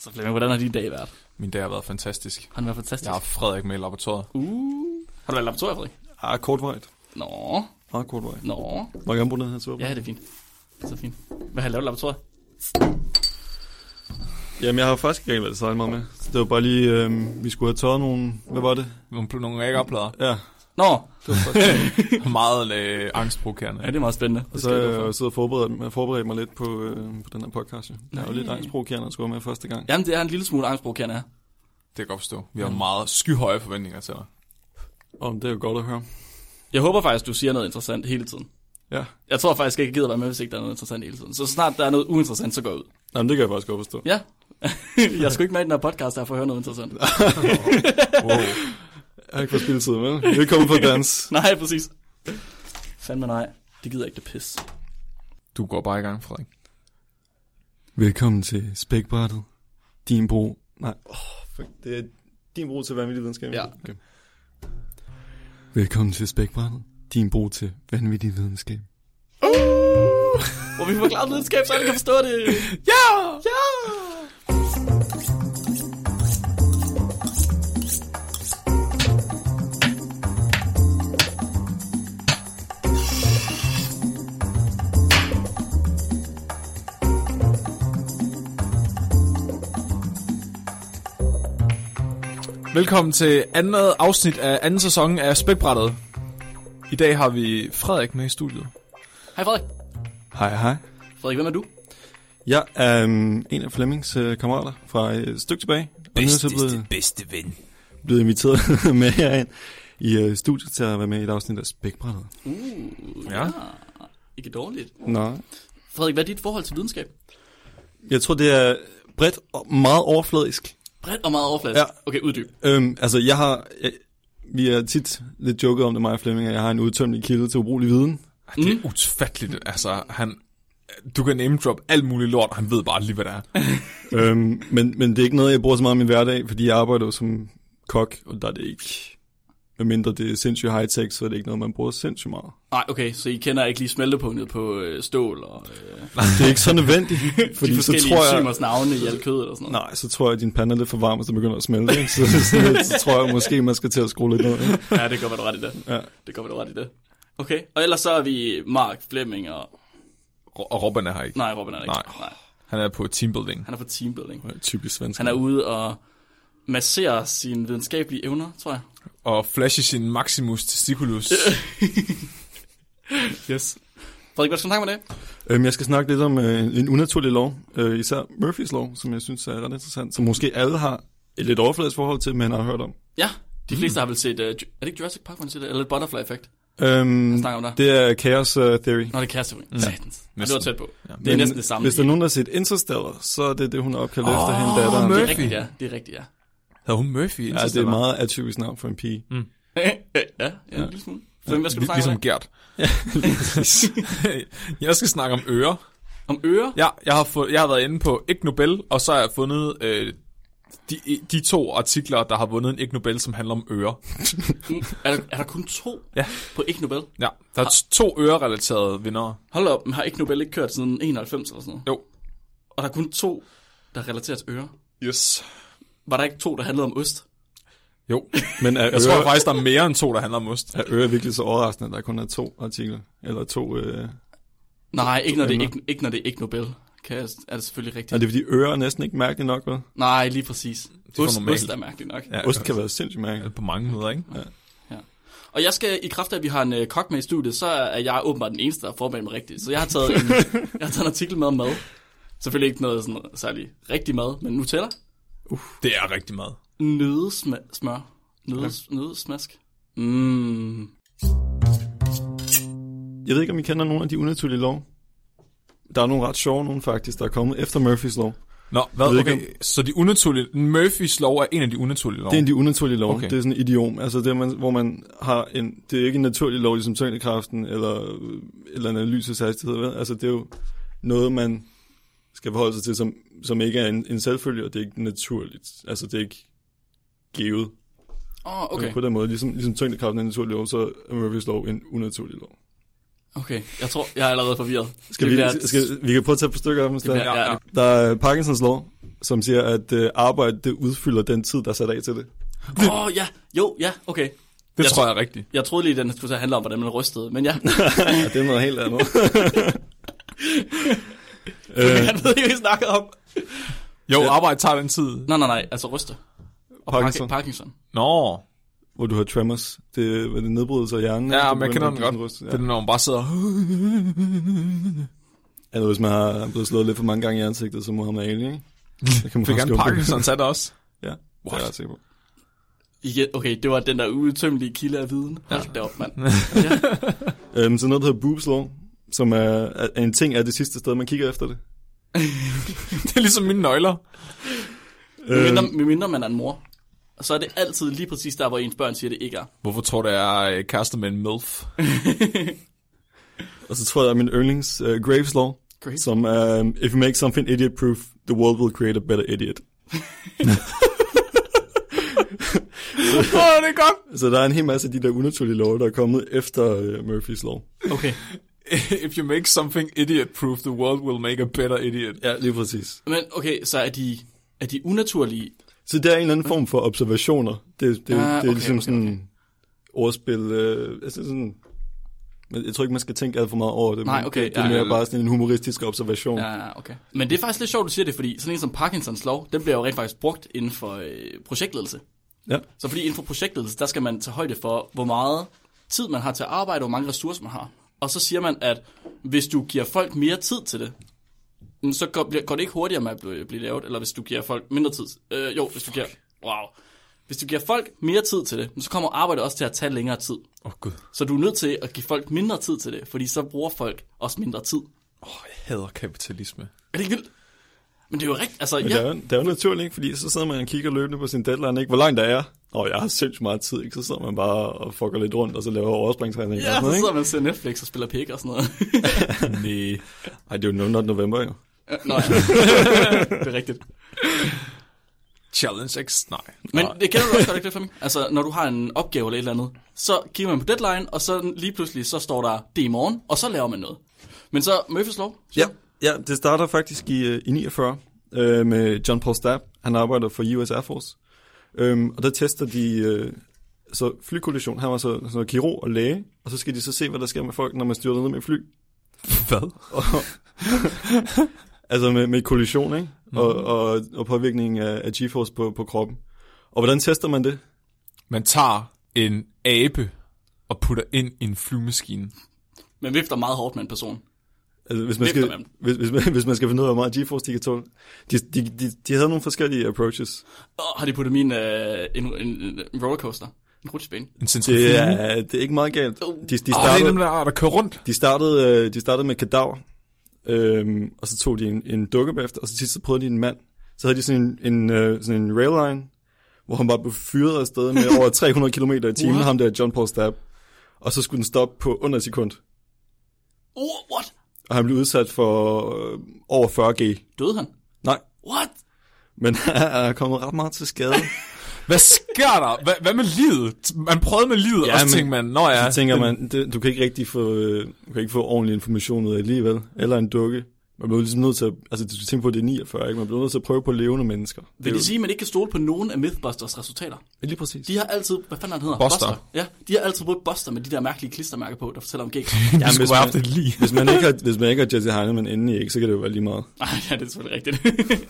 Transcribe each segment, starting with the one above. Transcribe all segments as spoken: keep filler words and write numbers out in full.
Så Flemming, hvordan har din dag været? Min dag har været fantastisk. Har den været fantastisk? Jeg har Frederik med i laboratoriet. Uh. Har du været i laboratoriet, Frederik? Ah, kortvejt. Nå. Ah, kortvejt. Nå. Må jeg gerne bruge den her tur? Ja, det er fint. Det er så fint. Hvad har I lavet i laboratoriet? Jamen, jeg har faktisk ikke været særlig meget med. Så det var bare lige, øh, vi skulle have tørret nogle... Hvad var det? Nogle, nogle rækkeoplader. Ja. Nå. Det var faktisk meget øh, angstprovokerende. Ja, det er meget spændende. Og så har jeg siddet og forberedt, forberedt mig lidt på, øh, på den her podcast. Det er jo lidt angstprovokerende at skulle være med første gang. Jamen, det er en lille smule angstprovokerende her. Det kan jeg godt forstå. Vi har mm. meget skyhøje forventninger til dig. Og det er jo godt at høre. Jeg håber faktisk, du siger noget interessant hele tiden. Ja. Jeg tror faktisk ikke, jeg gider være med, hvis ikke der er noget interessant hele tiden. Så snart der er noget uinteressant, så går jeg ud. Jamen, det kan jeg faktisk godt forstå. Ja. Jeg skal ikke med i den her podcast, der for at høre noget interessant. Wow. Jeg har ikke fået spilletid, vel? Vi kommer på dans. Nej, præcis. Fandme nej. Det gider ikke det pis. Du går bare i gang, Frederik. Velkommen til Spækbrættet. Din bro... Nej, oh, fuck. Det er din bro til vanvittig videnskab. Ja. Okay. Velkommen til Spækbrættet. Din bro til vanvittig videnskab. Uh! Hvor vi forklarer videnskab, så alle kan forstå det. Ja! Ja! Velkommen til andet afsnit af anden sæson af Spækbrættet. I dag har vi Frederik med i studiet. Hej Frederik. Hej, hej. Frederik, hvem er du? Jeg er um, en af Flemmings uh, kammerater fra et stykke tilbage. Bedste, blevet, bedste ven. Blevet inviteret med herind i uh, studiet til at være med i et afsnit af Spækbrættet. Uh, ja. ja. Ikke dårligt. Nå. Frederik, hvad er dit forhold til videnskab? Jeg tror, det er bredt og meget overfladisk. Bredt og meget overfladisk? Ja. Okay, uddyb. Øhm, altså, jeg har... Jeg, vi har tit lidt joket om det, mig og Flemming, at jeg har en udtømmelig kilde til ubrugelig viden. Det er mm. utfatteligt. Altså, han... Du kan name drop alt muligt lort, og han ved bare lige, hvad det er. øhm, men, men det er ikke noget, jeg bruger så meget i min hverdag, fordi jeg arbejder jo som kok, og der er det ikke... Medmindre det er sindssygt high-tech, så er det ikke noget, man bruger sindssygt meget. Nej, okay, så I kender ikke lige smeltepunktet på øh, stål og... Øh, det er ikke så nødvendigt, fordi de forskellige så tror jeg... enzymers navne i alt kødet og sådan noget. Nej, så tror jeg, at din pande er lidt for varm, og så begynder at smelte, ikke? Så, så, så, så tror jeg måske, man skal til at skrue lidt ned. Ikke? Ja, det går vel ret i det. Ja. Det går vel ret i det. Okay, og ellers så er vi Mark, Flemming og... Og Robin er her ikke. Nej, Robin er ikke. Nej. Nej. Han er på teambuilding. Han er på teambuilding. Ja, typisk svensk. Han er ude og masserer sine videnskabelige evner, tror jeg. Og flashe sin Maximus testiculus. Yes. Frederik, hvad skal du snakke med det? Øhm, jeg skal snakke lidt om øh, en unaturlig lov, øh, især Murphys lov, som jeg synes er ret interessant, som måske alle har et lidt overfladisk forhold til, men har hørt om. Ja, de fleste mm. har vel set, uh, er det ikke Jurassic Park, man siger det? Eller Butterfly Effect? Øhm, om der. Det er Chaos uh, Theory. Nå, det er Chaos Theory. Mm. Satans. Ja, det var tæt på. Ja. Det er men næsten det samme. Hvis der er nogen, der har set Interstellar, så er det det, hun er opkaldt oh, efter hende datteren. Det er rigtigt, ja. Det er rigtigt, ja. Havde hun Murphy i Ja, det er meget atypisk navn for en pige. Mm. ja, ja, en lille smule. Så hvad skal du snakke ligesom om? Gert. Ja, jeg skal snakke om ører. Om ører? Ja, jeg har, fået, jeg har været inde på Ig Nobel, og så har jeg fundet øh, de, de to artikler, der har vundet en Ig Nobel, som handler om ører. er, der, er der kun to ja. på Ig Nobel? Ja, der er har... to ørerelaterede vindere. Hold op, men har Ig Nobel ikke kørt siden enoghalvfems eller sådan noget? Jo. Og der er kun to, der relaterer til ører? Yes. Var der ikke to, der handlede om ost? Jo, men jeg øre... tror faktisk, der er mere end to, der handler om ost. Er øre virkelig så overraskende, at der kun er to artikler? Eller to... Øh... Nej, ikke når, det, ikke, ikke når det er Ig Nobel. Kan jeg, er det selvfølgelig rigtigt. Er det fordi øre er næsten ikke mærkeligt nok, vel? Nej, lige præcis. Ost, ost er mærkeligt nok. Ja, ost kan være sindssygt mærkeligt. På mange måder, ikke? Ja. Ja. Og jeg skal, i kraft af, at vi har en uh, kok med i studiet, så er jeg åbenbart den eneste, der har forberedt mig rigtigt. Så jeg har taget en, jeg har taget en artikel med om mad. Selvfølgelig ikke noget sådan særligt rigtig mad, men Nutella. Uh, det er rigtig mad. Nødesmør. Nødes, ja. Nødesmask. Mm. Jeg ved ikke, om I kender nogle af de unaturlige lov. Der er nogle ret sjove nogen faktisk, der er kommet efter Murphys lov. Nå, hvad? Okay. Ikke, så de unaturlige... Murphys lov er en af de unaturlige lov? Det er en af de unaturlige lov. Okay. Det er sådan en idiom. Altså det, man, hvor man har en... Det er ikke en naturlig lov, ligesom tyngdekraften eller, eller en lysets hastighed. Vel? Altså det er jo noget, man skal forholde sig til, som, som ikke er en, en selvfølge, og det er ikke naturligt. Altså det er ikke givet. Åh, oh, okay. På den måde, ligesom, ligesom tyngdekraften er en naturlig lov, så er Murphys lov en unaturlig lov. Okay, jeg tror, jeg er allerede forvirret. Skal vi, bliver, skal, vi kan prøve at tage på stykker af dem. Bliver, ja, ja. Der er Parkinsons lov, som siger, at uh, arbejde det udfylder den tid, der er sat af til det. Åh, oh, ja. Jo, ja, okay. Det jeg tror jeg er rigtigt. Jeg troede lige, den skulle handle om, hvordan man rystede, men ja. Ja, det er noget helt andet. Jeg ved ikke, hvad I snakker om. Jo, ja. Arbejde tager den tid. Nej, nej, nej, altså ryste. Og Parkinson. Parkinson. Nå. Hvor du har tremors. Det er det nedbrydelse af hjernen. Ja, men jeg kender den godt. Ja. Det er, når man bare sidder... Eller hvis man har blevet slået lidt for mange gange i ansigtet, så Muhammad Ali, ikke? Det kan man Fik han Parkinson sat også? Ja, det er jeg ret sikker på. Igen, okay, det var den der udtømmelige kilde af viden. Hold ja. derop, mand. Ja. øhm, så noget, der hedder Boobs Law, som er, er en ting af det sidste sted, man kigger efter det. Det er ligesom mine nøgler. Med mindre, mindre man er en mor. Og så er det altid lige præcis der, hvor ens børn siger, det ikke er. Hvorfor tror du, jeg er kærester med en milf? Og så tror jeg, at min yndlings uh, Graves Law, Graves? som er, um, if you make something idiot-proof, the world will create a better idiot. Åh, oh, det er godt. Så der er en hel masse af de der unaturlige love, der er kommet efter uh, Murphy's Law. Okay. If you make something idiot-proof, the world will make a better idiot. Ja, lige præcis. Men okay, så er de, er de unaturlige... Så det er en eller anden form for observationer. Det, det, ah, det er okay, ligesom okay, sådan okay. ordspil. Øh, altså sådan, jeg tror ikke, man skal tænke alt for meget over det. Nej, okay. Det, det er mere ja, ja. bare sådan en humoristisk observation. Ja, okay. Men det er faktisk lidt sjovt, du siger det, fordi sådan en som Parkinsons lov, den bliver jo rent faktisk brugt inden for øh, projektledelse. Ja. Så fordi inden for projektledelse, der skal man tage højde for, hvor meget tid man har til at arbejde, og hvor mange ressourcer man har. Og så siger man, at hvis du giver folk mere tid til det, så går, går det ikke hurtigere med at blive, blive lavet, eller hvis du giver folk mindre tid. Øh, jo, hvis du giver... Wow. Hvis du giver folk mere tid til det, så kommer arbejdet også til at tage længere tid. Åh, oh, Gud. Så du er nødt til at give folk mindre tid til det, fordi så bruger folk også mindre tid. Åh, oh, jeg hader kapitalisme. Er det ikke vildt? Men det er jo rigtigt, altså... Men ja. det, er, det er jo naturligt, ikke? Fordi så sidder man og kigger løbende på sin deadline, ikke? Hvor langt der er. Åh, jeg har sindssygt meget tid, ikke? Så sidder man bare og fucker lidt rundt, og så laver overspringstræning. Ja, og sådan noget, så sidder man og ser Netflix og spiller pik og sådan noget. Nej. Ej, det er jo no not November, jo. Nå ja, det er rigtigt. Challenge X, nej. Men nej. det kender du også godt, ikke det for mig? Altså, når du har en opgave eller et eller andet, så kigger man på deadline, og så lige pludselig, så står der det i morgen, og så laver man noget. Men så Murphy's Law? Ja, ja, det starter faktisk i, i niogfyrre øh, med John Paul Stapp. Han arbejder for U S Air Force. Øhm, og der tester de øh, så flykollision. Han var så, så kirurg og læge, og så skal de så se, hvad der sker med folk, når man styrter ned med fly. Hvad? Altså med, med kollision, ikke? Mm. Og, og, og påvirkning af, af G-force på, på kroppen. Og hvordan tester man det? Man tager en abe og putter ind i en flyvemaskine. Man vifter meget hårdt med en person. Altså, hvis man, skal, man. Hvis, hvis, man, hvis man skal finde ud af, hvor meget G-force de kan tåle. De, de, de, de havde nogle forskellige approaches. Oh, har de puttet min uh, en, en, en rollercoaster? En rutsjebane? En centrifuge? Det er, det er ikke meget galt. De, de startede, oh, det er dem der, der kører rundt. De startede, de startede med kadaver. Øhm, og så tog de en, en dukke bagefter, og så sidst så prøvede de en mand. Så havde de sådan en, en, uh, sådan en railline, hvor han bare blev fyret afsted med over tre hundrede kilometer i timen, ham der John Paul Stapp. Og så skulle den stoppe på under et sekund. Oh, what? Og han blev udsat for uh, over fyrre G. Døde han? Nej. What? Men han er kommet ret meget til skade. Hvad sker der? Hvad, hvad med livet? Man prøvede med livet, ja, og så tænker man, nå ja. Så tænker man, det, du kan ikke rigtig få, du kan ikke få ordentlig information ud af alligevel. Eller en dukke. Man bliver ligesom nødt til at, altså du skal tænke på, at det er niogfyrre, ikke? Man bliver nødt til at prøve på levende mennesker. Vil det, det sige, at man ikke kan stole på nogen af Mythbusters resultater? Ja, lige præcis. De har altid, hvad fanden han hedder? Buster. Buster. Ja, de har altid brugt Buster med de der mærkelige klistermærker på, der fortæller om gæk. Ja, hvis, man, hvis, man ikke har, hvis man ikke har Jesse Heinemann inde i, ikke, så kan det jo være lige meget. Ej, ja, det er selvfølgelig rigtigt.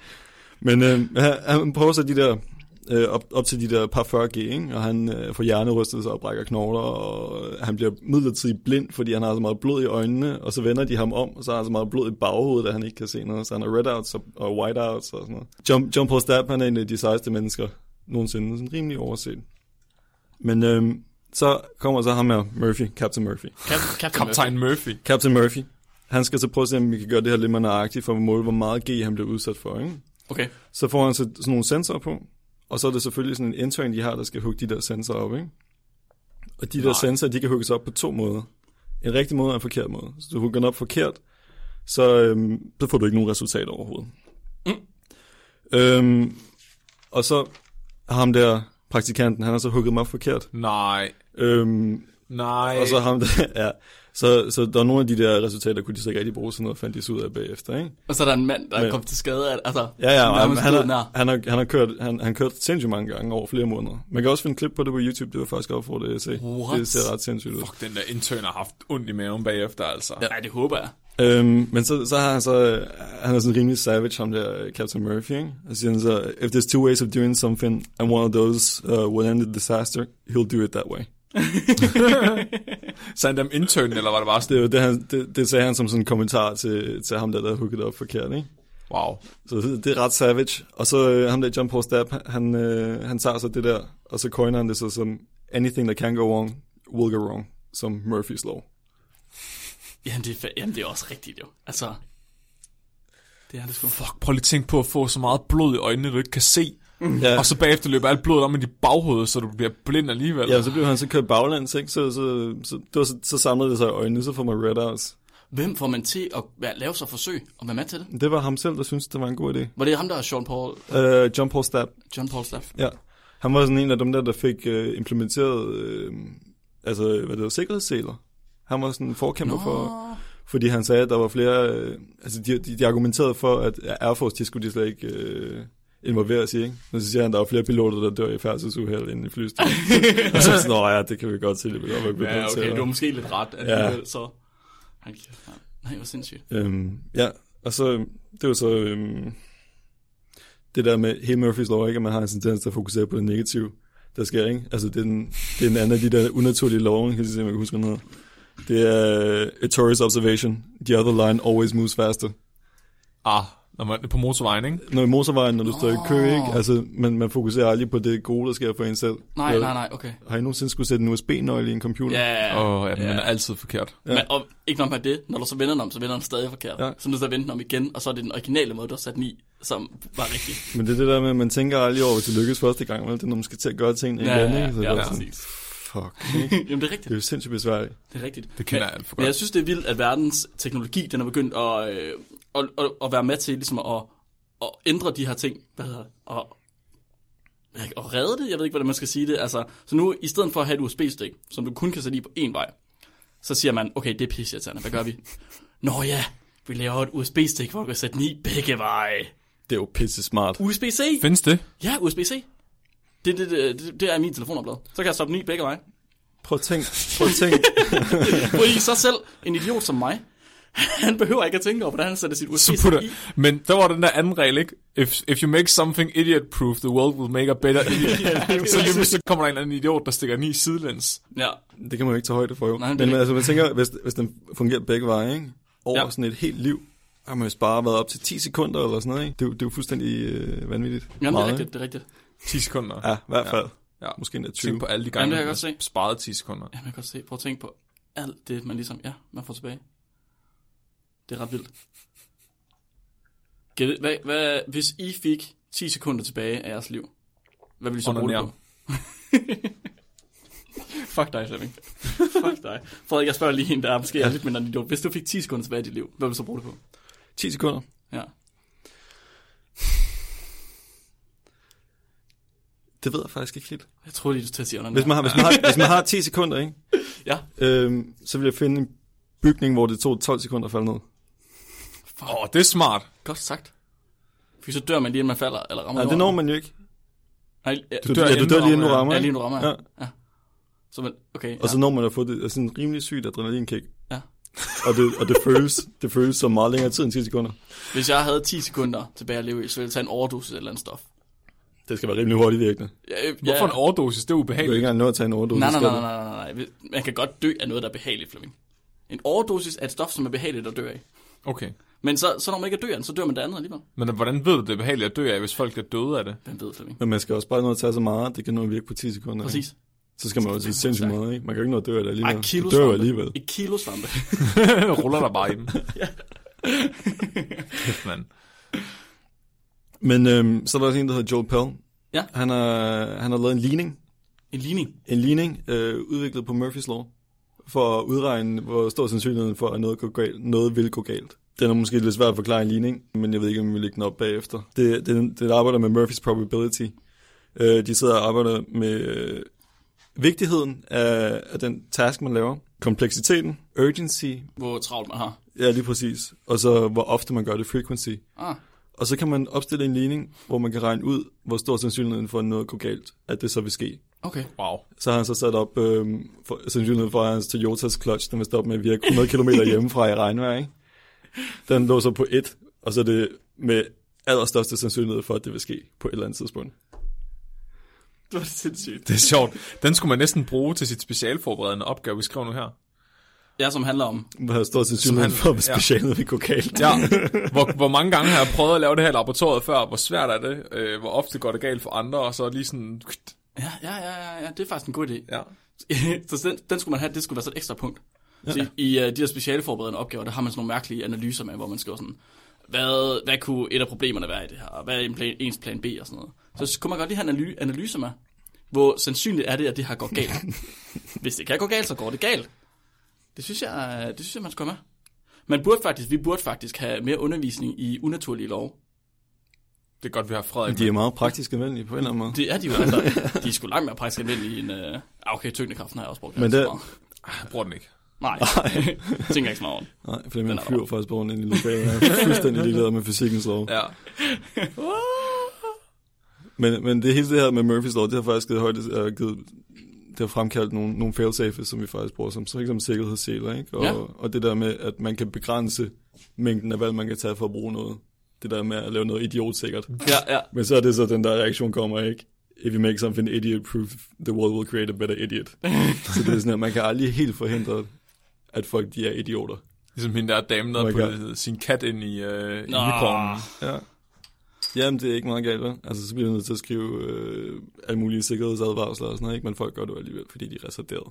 Men øh, han prøver så de der, øh, op, op til de der par fyrre G, ikke? Og han øh, får hjernerystelse og brækker knogler, og han bliver midlertidigt blind, fordi han har så meget blod i øjnene, og så vender de ham om, og så har han så meget blod i baghovedet, at han ikke kan se noget, så han har redouts og, og whiteouts og sådan noget. John, John Paul Stapp, han er en af de sejeste mennesker nogensinde, sådan rimelig overset. Men øh, så kommer så ham her, Murphy, Captain Murphy. Cap- Captain Captain Murphy. Murphy. Captain Murphy. Han skal så prøve at se, om vi kan gøre det her lidt mere nøjagtigt, for at måle, hvor meget G han bliver udsat for, ikke? Okay. Så får han så sådan nogle sensorer på, og så er det selvfølgelig sådan en intern, de har, der skal hugge de der sensorer op, ikke? Og de der Nej. sensorer, de kan hugges op på to måder. En rigtig måde og en forkert måde. Så du hugger den op forkert, så, øhm, så får du ikke nogen resultater overhovedet. Mm. Øhm, og så ham der praktikanten, han har så hugget dem op forkert. Nej. Øhm, Nej. Og så ham der, ja. Så, så der er nogle af de der resultater, kunne de så ikke rigtig bruge sådan noget, fandt de så ud af bagefter, ikke? Og så er der en mand, der er Men- kommet til skade af, altså... Ja, ja, han, han, han, har, han, har, han har kørt, han, han kørt sindssygt mange gange over flere måneder. Man kan også finde klip på det på YouTube, det var faktisk op for det at se. What? Det ser ret sindssygt ud. Fuck, den der intern har haft ondt i maven bagefter, altså. Ja, det håber jeg. Øhm, men så, så har han så, han er sådan rimelig savage, ham der Captain Murphy, ikke? Og siger han så, if there's two ways of doing something, and one of those uh, will end the disaster, he'll do it that way. Så han dem intern, eller var det bare sådan? Det, er jo det, han, det, det sagde han som sådan en kommentar til, til ham der, der havde hooket op forkert, ikke? Wow. Så det, det er ret savage. Og så øh, ham der John Paul Stapp, han, øh, han tager så det der, og så coiner han det så som anything that can go wrong, will go wrong, som Murphy's Law. Jamen, det er, fa- jamen, det er også rigtigt, jo. Altså... Det er det sgu. Fuck, prøv lige at tænke på at få så meget blod i øjnene, du ikke kan se. Ja. Og så bagefter løber alt blodet om i dit baghoved, så du bliver blind alligevel. Ja, så blev han så kørt baglæns, ikke? Så, så, så, det var så, så samlede det sig i øjnene, så får man red outs. Hvem får man til at være, lave sig forsøg og være med til det? Det var ham selv, der syntes, det var en god idé. Var det ham, der er Sean Paul? Uh, John Paul Stapp, John Paul Staff? ja. Han var sådan en af dem der, der fik uh, implementeret, uh, altså, hvad det var, sikkerhedsseler. Han var sådan en forkæmper Nå. for... Fordi han sagde, at der var flere... Øh, altså, de, de, de argumenterede for, at Air Force, de skulle de slet ikke øh, involvere sig, ikke? Og så siger han, at der var flere piloter, der dør i færdselsuheld inden i flystyr. Og så sådan, ja, det kan vi godt se, det vil godt være begyndt Ja, okay, til. det var måske lidt ret, at Ja. ja. så... Han, nej, hvor sindssygt. Øhm, ja, og så... Det var så... Øhm, det der med hele Murphy's Law, ikke? At man har en tendens til at fokusere på det negative, der sker, ikke? Altså, det er den, det er en anden af de der unaturlige love, kan jeg se, om jeg kan huske, hvad den hedder. Det er a tourist observation. The other line always moves faster. Ah, når man er på motorvejen, ikke? Når i motorvejen, når du står i kø, Åh. ikke? Altså, man, man fokuserer aldrig på det gode, der sker for en selv. Nej, Ja. nej, nej, okay. Har I nogensinde skulle sætte en U S B-nøgle i en computer? Ja, Åh, oh, ja, den ja. er altid forkert. Ja. Men, og ikke nok med det, når du så vender den om, så vender den stadig forkert. Ja. Så nu så vender den om igen, og så er det den originale måde, du har sat den i, som var rigtig. Men det er det der med, at man tænker aldrig over, hvis det lykkes første gang, vel? Det er, når man skal til at gøre tingene Ja, igen, ja, ikke? Så ja, det er ja, sådan, præcis. fuck, ikke? Jamen, det er rigtigt. Det er jo sindssygt besværligt. Det er rigtigt. Det kender men, jeg alt for Men godt. jeg synes, det er vildt, at verdens teknologi, den er begyndt at, øh, at, at, at være med til ligesom at, at ændre de her ting. Hvad hedder det? Og, og redde det? Jeg ved ikke, hvordan man skal sige det. Altså, så nu, i stedet for at have et U S B-stik, som du kun kan sætte i på én vej, så siger man, okay, det er pisseirriterende. Hvad gør vi? Nå ja, vi laver et U S B-stik, hvor du kan sætte den i begge veje. Det er jo pisse smart. U S B-C? Findes det? Ja, U S B-C. Det, det, det, det, det er min telefonopblad. Så kan jeg stoppe den i begge veje. Prøv at tænke, prøv at tænke. Fordi så selv en idiot som mig, han behøver ikke at tænke over, hvordan han sætter sit U S Så B-stik putter, i. men der var den der anden regel, ikke? If, if you make something idiot-proof, the world will make a better idiot. Så lige pludselig kommer der en eller anden idiot, der stikker den i sidelæns. Ja, Det kan man jo ikke tage højde for, jo. Nej, Nej, det er men ikke. altså, man tænker, hvis, hvis den fungerer begge veje, ikke? Over Ja. ja. sådan et helt liv, har man jo bare været op til ti sekunder eller sådan noget, ikke? Det, er jo- det er jo fuldstændig øh, vanvittigt. Jamen, det er Meget, rigtigt, det er rigtigt. ti sekunder. Ja, i hvert fald. Ja. Måske endda tyve. Tænk på alle de Jamen, gange, det kan jeg man godt se. sparede ti sekunder. Jamen, jeg kan godt se. Prøv at tænke på alt det, man ligesom, ja, man får tilbage. Det er ret vildt. Gæt- Hvad, hvad, hvis I fik ti sekunder tilbage af jeres liv, hvad ville I så bruge det på? Fuck dig, Flemming. Fuck dig. Frederik, jeg spørger lige en, der er måske er lidt mindre end idiot. Hvis du fik ti sekunder tilbage af dit liv, hvad ville du så bruge det på? ti sekunder. Ja. Det ved jeg faktisk ikke helt. Jeg tror lige, du skal sige Hvis man har, hvis man har, hvis man har ti sekunder, ikke? Ja. Øhm, så vil jeg finde en bygning, hvor det tog tolv sekunder at falde ned. Åh, oh, det er smart. Godt sagt. For så dør man lige, inden man falder, eller rammer Nej, det når man jo ikke. Nej, ja, Du, dør dør, ja, du inden dør du lige inden du rammer, rammer, ja, ikke? lige inden du rammer, ja. Ja. ja. Så man, okay, Og så ja. når man har fået det, sådan en rimelig sygt adrenalinkick. Ja. Og det, og det føles, det føles som meget længere tid end ti sekunder. Hvis jeg havde ti sekunder tilbage at leve i, så ville jeg tage en overdosis af et eller andet stof. Det skal være rimelig hurtigt virkende. Ja, øh, Hvorfor en overdosis? Det er Du kan ikke ubehageligt. engang nå at tage en overdosis. Nej, nej, skal nej, du? nej, nej, nej. Man kan godt dø af noget, der er behageligt, Flemming. En overdosis er et stof, som er behageligt at dø af. Okay. Men så, så når man ikke er død af den, så dør man det andet alligevel. Men hvordan ved du, det er behageligt at dø af, hvis folk er døde af det? Hvem ved, Flemming? Men man skal også bare nå at tage så meget, det kan nå at virke på ti sekunder. Ikke? Præcis. Så skal man jo tage sindssygt meget, ikke? Man kan jo ikke nå at dø af det alligevel. Ej, kilo Du dør jo svampe. alligevel. Et kilo svampe. Ruller der bare i dem. Kæft, mand. Men øhm, så er der også en, der hedder Joel Pell. Ja. Han har, han har lavet en ligning. En ligning. En ligning øh, udviklet på Murphy's Law. For at udregne, hvor stor sandsynligheden for, at noget, går galt, noget vil gå galt. Den er måske lidt svært at forklare en ligning, men jeg ved ikke, om vi vil lægge den op bagefter. Det, det, det arbejder med Murphy's Probability. Øh, de sidder og arbejder med øh, vigtigheden af, af den task, man laver. kompleksiteten, urgency. Hvor travlt man har. Ja, lige præcis. Og så hvor ofte man gør det, frequency. Ah. Og så kan man opstille en ligning, hvor man kan regne ud, hvor stor sandsynligheden for, at noget går galt, at det så vil ske. Okay. Wow. Så har han så sat op øh, for, sandsynligheden for, at hans Toyotas clutch, den vil stoppe med at virke hundrede kilometer hjemmefra i regnvejr, ikke? Den lå så på et, og så er det med allerstørste sandsynlighed for, at det vil ske på et eller andet tidspunkt. Det var sindssygt. Det er sjovt. Den skulle man næsten bruge til sit specialforberedende opgave, vi skriver nu her. Ja, som handler om... Hvor har stor sandsynlighed for, at specialet vil gå galt. Ja. Hvor, hvor mange gange har jeg prøvet at lave det her i laboratoriet før? Hvor svært er det? Øh, hvor ofte går det galt for andre? Og så lige sådan... Ja, ja, ja, ja, ja. Det er faktisk en god idé. Ja. Så den, den skulle man have, det skulle være så et ekstra punkt. Ja. Så i, i uh, de der specialforberedende opgaver, der har man sådan nogle mærkelige analyser med, hvor man skriver sådan, hvad, hvad kunne et af problemerne være i det her? Hvad er en plan, ens plan B og sådan noget? Så kunne man godt lige have en analyse med, hvor sandsynligt er det, at det her går galt. Hvis det kan gå galt, så går det galt. Det synes jeg, det synes jeg man skal med. Man burde faktisk, vi burde faktisk have mere undervisning i unaturlige lov. Det er godt, vi har Frederik. De er meget praktisk anvendelige på en eller anden måde. Det er de jo altså. De er sgu langt mere praktisk anvendelige end... Uh... Okay, tyngdekraften har jeg også brugt. Men det... Jeg bruger den ikke. Nej, tænker ikke så meget over. Nej, for man flyver faktisk på rundt ind i lokalet. Jeg er fuldstændig ligeglad med fysikkens lov. Ja. men, men det hele det her med Murphys lov, det har faktisk givet højde, uh, givet, det har fremkaldt nogle, nogle failsafes, som vi faktisk bruger som, så ikke som sikkerhedsseler, ikke? Og, ja. og det der med, at man kan begrænse mængden af valg, man kan tage for at bruge noget. Det der med at lave noget idiotsikkert. Ja, ja. Men så er det så, den der reaktion kommer, ikke? If you make something idiot-proof, the world will create a better idiot. Så det er sådan, at man kan aldrig helt forhindre, at folk de er idioter. Ligesom hende der dame, der puttede sin kat ind i, øh, i mikroovnen. Ja. Jamen, det er ikke meget galt, vel? Altså, så bliver du nødt til at skrive øh, alle mulige sikkerhedsadvarsler og sådan noget, ikke? Men folk gør det alligevel, fordi de er reserveret.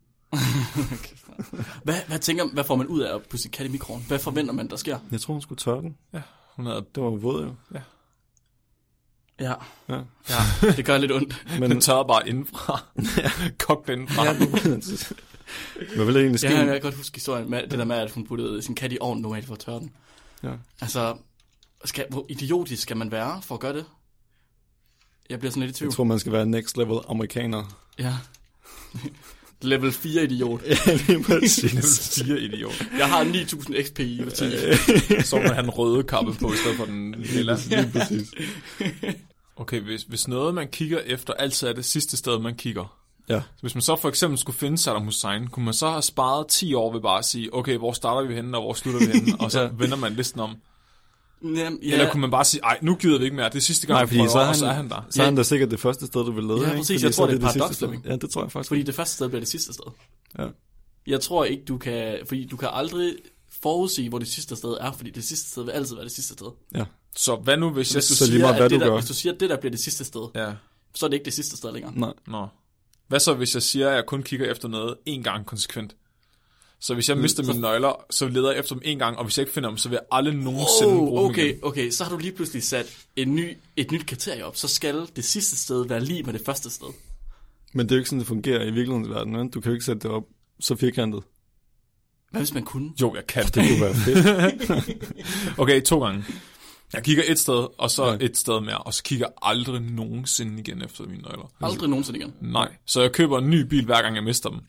Okay. hvad, hvad tænker hvad får man ud af at putte sin kat i mikroovnen? Hvad forventer man, der sker? Jeg tror, hun skulle tørre den. Ja, hun havde... Det var våd, jo. Ja. Ja. Ja. Ja, det gør lidt ondt. Men den tørrede bare indenfra. Kogt indenfra. Ja, hvad vil det egentlig ske? Ja, jeg kan godt huske historien med det der med, at hun puttede sin kat i ovnen normalt for at tørre den. Ja. Altså, skal, hvor idiotisk skal man være for at gøre det? Jeg bliver sådan lidt i tvivl. Jeg tror, man skal være next level amerikaner. Ja. Level fire idiot. Ja, lige præcis. Level fire idiot. Jeg har ni tusind X P i ti. Så man have en røde kappe på, i stedet for den lilla. Lige præcis. Okay, hvis, hvis noget, man kigger efter, altid er det sidste sted, man kigger. Ja. Så hvis man så for eksempel skulle finde Saddam Hussein, kunne man så have sparet ti år ved bare at sige, okay, hvor starter vi henne, og hvor slutter vi henne, og så ja. vender man listen om. Jamen, ja. Eller kunne man bare sige, ej, nu gider vi ikke mere, det er sidste gang, Nej, fordi så er, han, og så er han der. Så er han da sikkert det første sted, du vil lede. Ja, præcis, jeg tror, det er et paradoks. Ja, det tror jeg faktisk. Fordi det første sted bliver det sidste sted. Ja. Jeg tror ikke, du kan, fordi du kan aldrig forudsige, hvor det sidste sted er, fordi det sidste sted vil altid være det sidste sted. Ja. Så hvad nu, hvis, hvis jeg så siger, lige meget, hvad det du der, gør. hvis du siger, at det der bliver det sidste sted, ja. så er det ikke det sidste sted længere. Nej. Nå. Hvad så, hvis jeg siger, at jeg kun kigger efter noget én gang konsekvent? Så hvis jeg mister mine nøgler, så leder jeg efter dem en gang, og hvis jeg ikke finder dem, så vil jeg aldrig nogensinde oh, bruge okay, dem igen. Okay, så har du lige pludselig sat en ny, et nyt kriterie op, så skal det sidste sted være lige med det første sted. Men det er jo ikke sådan, det fungerer i virkelighedens verden. Du kan jo ikke sætte det op så firkantet. Hvad hvis man kunne? Jo, jeg kan. Det kunne være fedt. Okay, to gange. Jeg kigger et sted, og så ja. et sted mere, og så kigger jeg aldrig nogensinde igen efter mine nøgler. Aldrig nogensinde igen? Nej, så jeg køber en ny bil, hver gang jeg mister dem.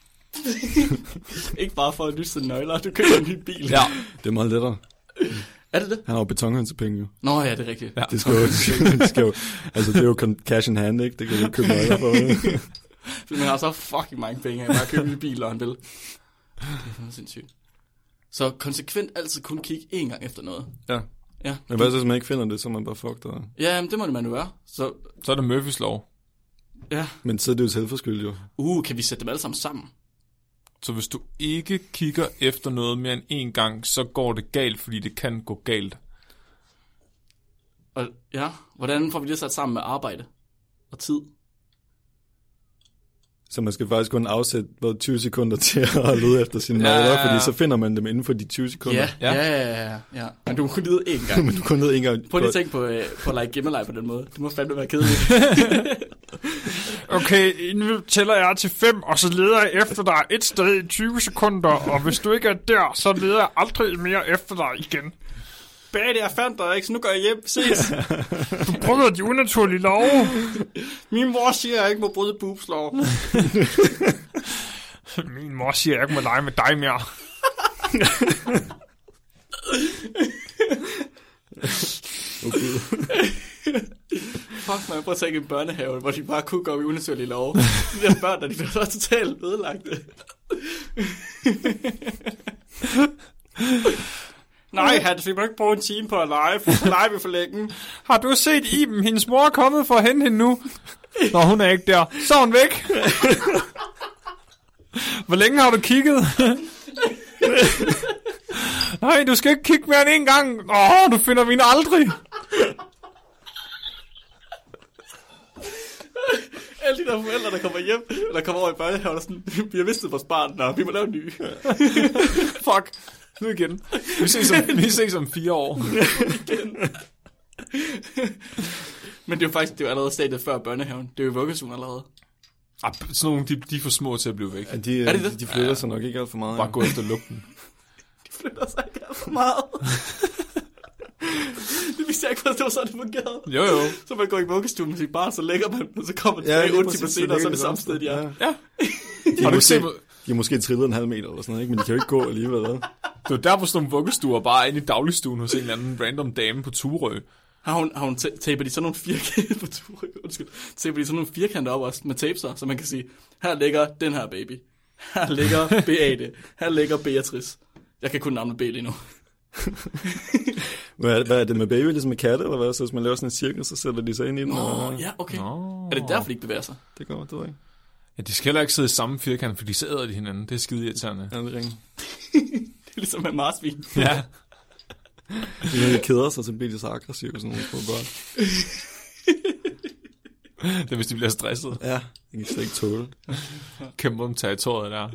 Ikke bare for at lyse nøgler, du køber en ny bil. Ja. Det er meget lettere. Er det det? Han har jo betonhønsepenge jo. Nå ja, det er rigtigt. Ja. Det skal jo, det skal jo, altså det er jo cash in hand, ikke? Det kan du købe nøgler for. Man har så fucking mange penge, at bare købe en ny bil, og han vil. Det er fandme sindssygt. Så konsekvent altid kun kigge én gang efter noget. Ja. Ja. Men hvad så, hvis man ikke finder det, så er man bare fucked der? Ja, men det må det man jo være. Så, så er det Murphys lov. Ja. Men så er det jo selvforskyldt jo. Uh, kan vi sætte dem alle sammen sammen? Så hvis du ikke kigger efter noget mere end én gang, så går det galt, fordi det kan gå galt. Og ja, hvordan får vi det sat sammen med arbejde og tid? Så man skal faktisk kun afsætte hvad, tyve sekunder til at lede efter sine nøgler, ja, ja, ja. Fordi så finder man dem inden for de tyve sekunder. Ja, ja, ja, ja. ja. Men du må kun lede én gang. Men du kun lede én gang. Prøv lige at tænke på, på like Gimmelej på den måde. Det må fandme være kedeligt. Okay, nu tæller jeg til fem, og så leder jeg efter dig et sted i tyve sekunder, og hvis du ikke er der, så leder jeg aldrig mere efter dig igen. Bag det, jeg fandt dig, ikke? Så nu går jeg hjem. Ses. Du bryder de unaturlige love. Min mor siger, at jeg ikke må bryde boobs lov. Min mor siger, jeg ikke må lege med dig mere. Okay. Fuck man, prøv at tænke en børnehave, hvor de bare kunne gå op i unaturlige lov. De der børn, der de bliver så totalt ødelagte. Nej, Hans, vi må ikke bruge en time på at lege, for så leger vi for længe. Har du set Iben? Hendes mor er kommet for at hente hende nu. Nå, hun er ikke der. Så er hun væk. Hvor længe har du kigget? Nej, du skal ikke kigge mere end en gang. Åh, du finder mine aldrig. Alle de der forældre, der kommer hjem, eller kommer over i børnehaven, og sådan, vi har mistet vores barn, nå, vi må lave en ny. Fuck. Nu igen. Vi ses om, vi ses om fire år. Igen. Men det er jo faktisk, det er jo allerede stadiet før børnehaven. Det er jo vuggestuen allerede. Ah, sådan nogle, de, de er for små til at blive væk. Ja, de, Er det det? de flytter ja. sig nok ikke alt for meget. Bare Ja. gå efter lugten. De flytter sig ikke alt for meget. Det vidste jeg ikke, for det var sådan, det fungerede. Jo, jo. Så man går i vuggestuen med sit barn, så lægger man, og så kommer det Ja, tilbage lige otte præcis, timer så senere, og så er ligger det de samme sted, de er. Ja. Ja. De, Har er du ikke set, måske, hvor- de er måske trillet en halv meter eller sådan noget, ikke? Men de kan jo ikke gå alligevel. Eller? det var der, hvor sådan nogle vuggestuer bare er inde i dagligstuen hos en eller anden random dame på Turø. Har hun, har hun t- tapet de sådan nogle firkanter på tur, undskyld, tapet de sådan nogle firkanter op også med tape så, så man kan sige, her ligger den her baby, her ligger Beate, her ligger Beatrice. Jeg kan kun navnet B lige nu. Hvad, er, hvad er det med baby, ligesom med katte, eller hvad? Så hvis man laver sådan en cirkel, så sætter de sig ind i den. Åh, og... ja, okay. Nå. Er det derfor, de ikke bevæger sig? Det går, det ved jeg ikke. Ja, de skal heller ikke sidde i samme firkant, for de så æder de hinanden. Det er skide irriterende. Ja, det ringer. Det er ligesom med marsvin. Ja. Når de keder sig, så bliver de så aggressive, sådan nogle små børn. Det er, hvis de bliver stresset. Ja, det kan slet ikke tåle. Kæmper om territoriet der.